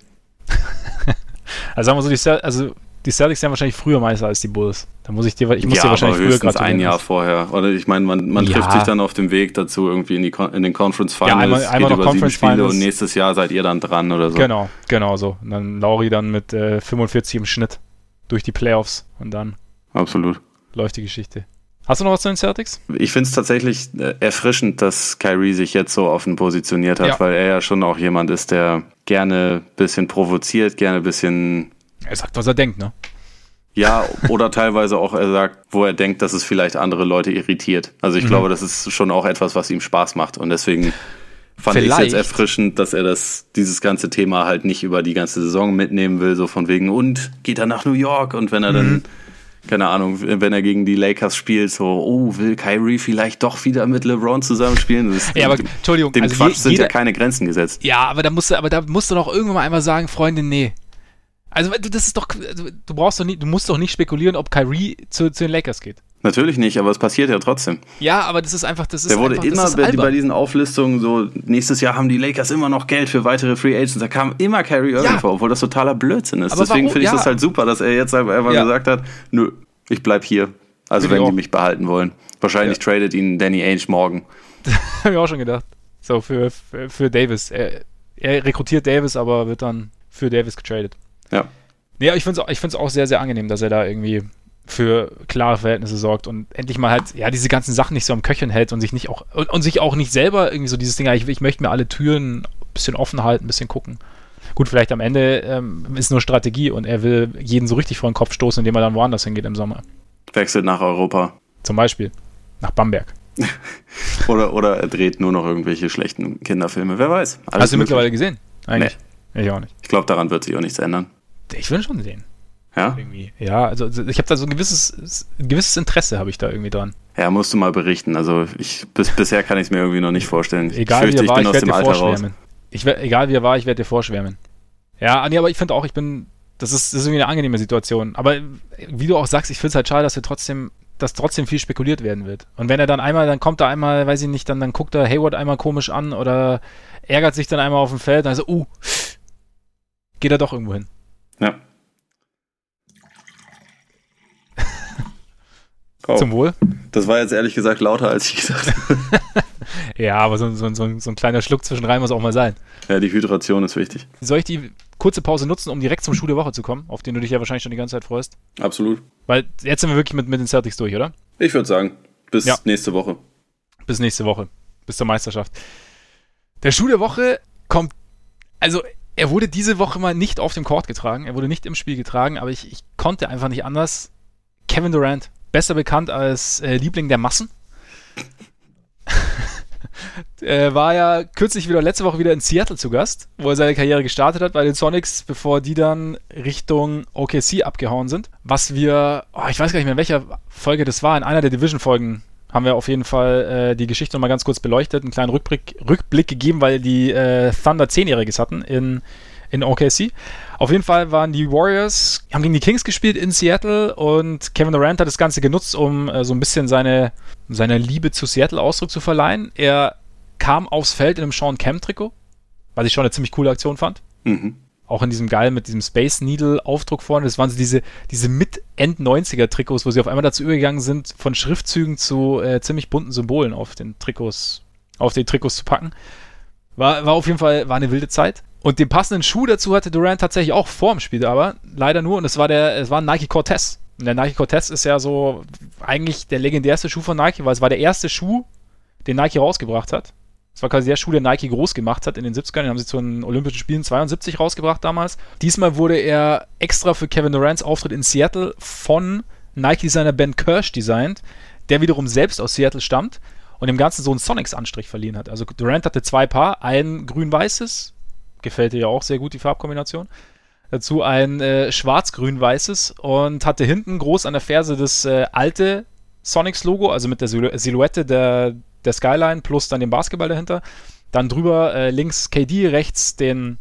S1: Also sagen wir so, die Celtics sind wahrscheinlich früher Meister als die Bulls. Da muss ich dir wahrscheinlich
S2: früher gratulieren. Ein Jahr vorher. Oder ich meine, man trifft sich dann auf dem Weg dazu irgendwie in den Conference Finals,
S1: einmal geht noch über 7 Spiele
S2: und nächstes Jahr seid ihr dann dran oder so.
S1: Genau so. Und dann Lauri dann mit 45 im Schnitt durch die Playoffs und dann
S2: absolut
S1: läuft die Geschichte. Hast du noch was zu den Celtics?
S2: Ich finde es tatsächlich erfrischend, dass Kyrie sich jetzt so offen positioniert hat, weil er ja schon auch jemand ist, der gerne ein bisschen provoziert, gerne ein bisschen...
S1: Er sagt, was er denkt, ne?
S2: Ja, oder teilweise auch er sagt, wo er denkt, dass es vielleicht andere Leute irritiert. Also ich glaube, das ist schon auch etwas, was ihm Spaß macht und deswegen fand ich es jetzt erfrischend, dass er dieses ganze Thema halt nicht über die ganze Saison mitnehmen will, so von wegen, und geht er nach New York und wenn er dann... Keine Ahnung, wenn er gegen die Lakers spielt, so, will Kyrie vielleicht doch wieder mit LeBron zusammenspielen?
S1: Entschuldigung,
S2: dem Quatsch sind ja keine Grenzen gesetzt.
S1: Ja, aber da musst du doch irgendwann mal einmal sagen, Freunde, nee. Also das ist doch, du musst doch nicht spekulieren, ob Kyrie zu den Lakers geht.
S2: Natürlich nicht, aber es passiert ja trotzdem.
S1: Ja, aber das ist einfach,
S2: Der wurde immer bei diesen Auflistungen so, nächstes Jahr haben die Lakers immer noch Geld für weitere Free Agents. Da kam immer Kyrie Irving vor, obwohl das totaler Blödsinn ist. Aber deswegen finde ich das halt super, dass er jetzt einfach gesagt hat, nö, ich bleib hier. Also wenn die mich behalten wollen. Wahrscheinlich tradet ihn Danny Ainge morgen.
S1: Habe ich auch schon gedacht. So, für Davis. Er rekrutiert Davis, aber wird dann für Davis getradet.
S2: Ja.
S1: Nee, ich finde es auch sehr, sehr angenehm, dass er da irgendwie für klare Verhältnisse sorgt und endlich mal halt, diese ganzen Sachen nicht so am Köcheln hält und sich nicht auch nicht selber irgendwie so dieses Ding, ich möchte mir alle Türen ein bisschen offen halten, ein bisschen gucken. Gut, vielleicht am Ende ist nur Strategie und er will jeden so richtig vor den Kopf stoßen, indem er dann woanders hingeht im Sommer.
S2: Wechselt nach Europa.
S1: Zum Beispiel nach Bamberg.
S2: oder er dreht nur noch irgendwelche schlechten Kinderfilme, wer weiß.
S1: Hast du mittlerweile gesehen? Eigentlich? Nee. Ich auch nicht.
S2: Ich glaube, daran wird sich auch nichts ändern.
S1: Ich will schon sehen.
S2: Ja?
S1: Irgendwie. Ja, also ich habe da so ein gewisses Interesse habe ich da irgendwie dran.
S2: Ja, musst du mal berichten. Also bisher kann ich es mir irgendwie noch nicht vorstellen.
S1: Egal wie er war, ich werde dir vorschwärmen. Egal wie er war, ich werde dir vorschwärmen. Ja, nee, aber ich finde auch, das ist irgendwie eine angenehme Situation. Aber wie du auch sagst, ich finde es halt schade, dass trotzdem viel spekuliert werden wird. Und wenn er dann kommt er einmal, weiß ich nicht, dann guckt er Hayward einmal komisch an oder ärgert sich dann einmal auf dem Feld, dann so, geht er doch irgendwo hin.
S2: Ja.
S1: Zum Wohl.
S2: Das war jetzt ehrlich gesagt lauter, als ich gedacht habe.
S1: Ja, aber so ein kleiner Schluck zwischendrein muss auch mal sein.
S2: Ja, die Hydration ist wichtig.
S1: Soll ich die kurze Pause nutzen, um direkt zum Schuh der Woche zu kommen, auf den du dich ja wahrscheinlich schon die ganze Zeit freust?
S2: Absolut.
S1: Weil jetzt sind wir wirklich mit den Celtics durch, oder?
S2: Ich würde sagen, bis nächste Woche.
S1: Bis nächste Woche. Bis zur Meisterschaft. Der Schuh der Woche kommt, also er wurde diese Woche mal nicht auf dem Court getragen, er wurde nicht im Spiel getragen, aber ich konnte einfach nicht anders. Kevin Durant. besser bekannt als Liebling der Massen. War ja letzte Woche wieder in Seattle zu Gast, wo er seine Karriere gestartet hat bei den Sonics, bevor die dann Richtung OKC abgehauen sind. Was wir, ich weiß gar nicht mehr, in welcher Folge das war, in einer der Division-Folgen haben wir auf jeden Fall die Geschichte nochmal ganz kurz beleuchtet, einen kleinen Rückblick gegeben, weil die Thunder 10-Jähriges hatten in OKC. Auf jeden Fall waren die Warriors, haben gegen die Kings gespielt in Seattle und Kevin Durant hat das Ganze genutzt, um so ein bisschen seiner Liebe zu Seattle Ausdruck zu verleihen. Er kam aufs Feld in einem Sean Kemp-Trikot, was ich schon eine ziemlich coole Aktion fand. Mhm. Auch in diesem geil mit diesem Space Needle Aufdruck vorne. Das waren so diese Mit-End-90er-Trikots, wo sie auf einmal dazu übergegangen sind, von Schriftzügen zu ziemlich bunten Symbolen auf die Trikots zu packen. War auf jeden Fall eine wilde Zeit. Und den passenden Schuh dazu hatte Durant tatsächlich auch vor dem Spiel, aber leider nur, und es war ein Nike Cortez. Und der Nike Cortez ist ja so eigentlich der legendärste Schuh von Nike, weil es war der erste Schuh, den Nike rausgebracht hat. Es war quasi der Schuh, der Nike groß gemacht hat in den 70ern. Den haben sie zu den Olympischen Spielen 72 rausgebracht damals. Diesmal wurde er extra für Kevin Durants Auftritt in Seattle von Nike-Designer Ben Kirsch designt, der wiederum selbst aus Seattle stammt und dem Ganzen so einen Sonics-Anstrich verliehen hat. Also Durant hatte 2 Paar, ein grün-weißes, gefällt dir ja auch sehr gut, die Farbkombination. Dazu ein schwarz-grün-weißes und hatte hinten groß an der Ferse das alte Sonics-Logo, also mit der Silhouette der Skyline plus dann den Basketball dahinter. Dann drüber links KD, rechts die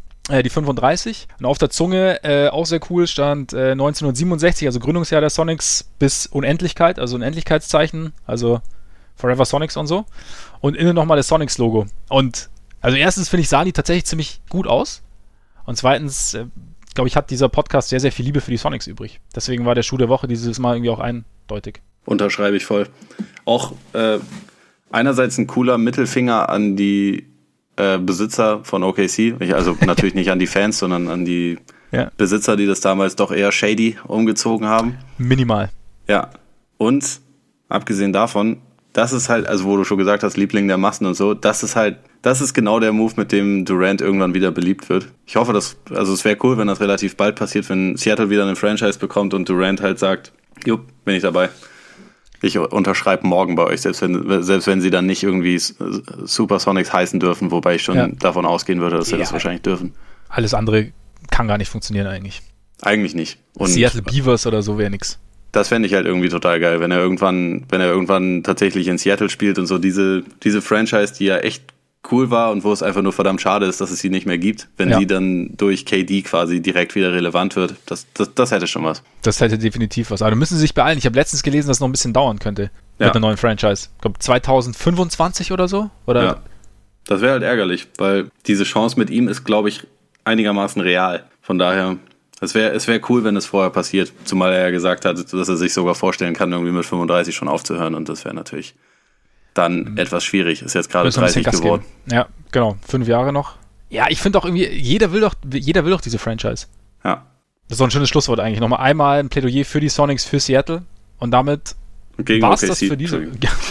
S1: 35. Und auf der Zunge, auch sehr cool, stand 1967, also Gründungsjahr der Sonics bis Unendlichkeit, also ein Endlichkeitszeichen, also Forever Sonics und so. Und innen nochmal das Sonics-Logo. Und also erstens finde ich, sahen die tatsächlich ziemlich gut aus. Und zweitens, glaube ich, hat dieser Podcast sehr, sehr viel Liebe für die Sonics übrig. Deswegen war der Schuh der Woche dieses Mal irgendwie auch eindeutig.
S2: Unterschreibe ich voll. Auch einerseits ein cooler Mittelfinger an die Besitzer von OKC. Also natürlich nicht an die Fans, sondern an die Besitzer, die das damals doch eher shady umgezogen haben.
S1: Minimal.
S2: Ja. Und abgesehen davon, das ist halt, also wo du schon gesagt hast, Liebling der Massen und so, das ist genau der Move, mit dem Durant irgendwann wieder beliebt wird. Ich hoffe, es wäre cool, wenn das relativ bald passiert, wenn Seattle wieder eine Franchise bekommt und Durant halt sagt, jupp, bin ich dabei. Ich unterschreibe morgen bei euch, selbst wenn sie dann nicht irgendwie Supersonics heißen dürfen, wobei ich schon davon ausgehen würde, dass sie das wahrscheinlich dürfen.
S1: Alles andere kann gar nicht funktionieren eigentlich.
S2: Eigentlich nicht. Und
S1: Seattle Beavers oder so wäre nix.
S2: Das fände ich halt irgendwie total geil, wenn er irgendwann tatsächlich in Seattle spielt und so diese Franchise, die ja echt cool war und wo es einfach nur verdammt schade ist, dass es sie nicht mehr gibt, wenn die dann durch KD quasi direkt wieder relevant wird. Das hätte schon was.
S1: Das hätte definitiv was. Aber da müssen sie sich beeilen. Ich habe letztens gelesen, dass es noch ein bisschen dauern könnte mit einer neuen Franchise. Ich glaube 2025 oder so. Oder?
S2: Ja, das wäre halt ärgerlich, weil diese Chance mit ihm ist, glaube ich, einigermaßen real. Von daher... Es wär cool, wenn es vorher passiert, zumal er ja gesagt hat, dass er sich sogar vorstellen kann, irgendwie mit 35 schon aufzuhören und das wäre natürlich dann etwas schwierig. Ist jetzt gerade 30 geworden.
S1: Ja, genau. 5 Jahre noch. Ja, ich finde auch irgendwie, jeder will doch diese Franchise.
S2: Ja.
S1: Das ist doch ein schönes Schlusswort eigentlich. Nochmal einmal ein Plädoyer für die Sonics, für Seattle und damit war es das für diese...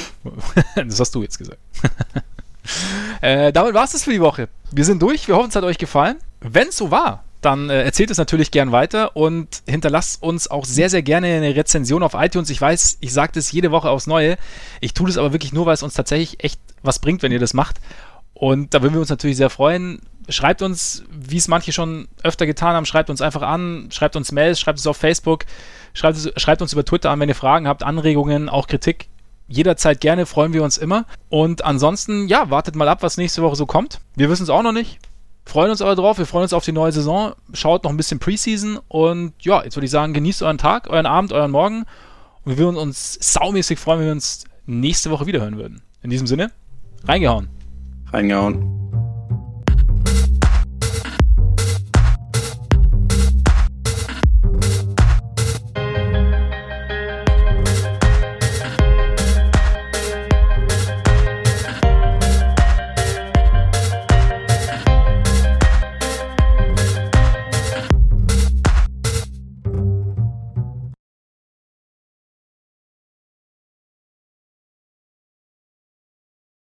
S1: Das hast du jetzt gesagt. Damit war es das für die Woche. Wir sind durch. Wir hoffen, es hat euch gefallen. Wenn es so war, dann erzählt es natürlich gern weiter und hinterlasst uns auch sehr, sehr gerne eine Rezension auf iTunes. Ich weiß, ich sage das jede Woche aufs Neue. Ich tue das aber wirklich nur, weil es uns tatsächlich echt was bringt, wenn ihr das macht. Und da würden wir uns natürlich sehr freuen. Schreibt uns, wie es manche schon öfter getan haben, schreibt uns einfach an, schreibt uns Mails, schreibt es auf Facebook, schreibt uns über Twitter an, wenn ihr Fragen habt, Anregungen, auch Kritik. Jederzeit gerne, freuen wir uns immer. Und ansonsten, ja, wartet mal ab, was nächste Woche so kommt. Wir wissen es auch noch nicht. Freuen uns aber drauf, wir freuen uns auf die neue Saison, schaut noch ein bisschen Preseason und ja, jetzt würde ich sagen, genießt euren Tag, euren Abend, euren Morgen und wir würden uns saumäßig freuen, wenn wir uns nächste Woche wiederhören würden. In diesem Sinne, reingehauen.
S2: Reingehauen.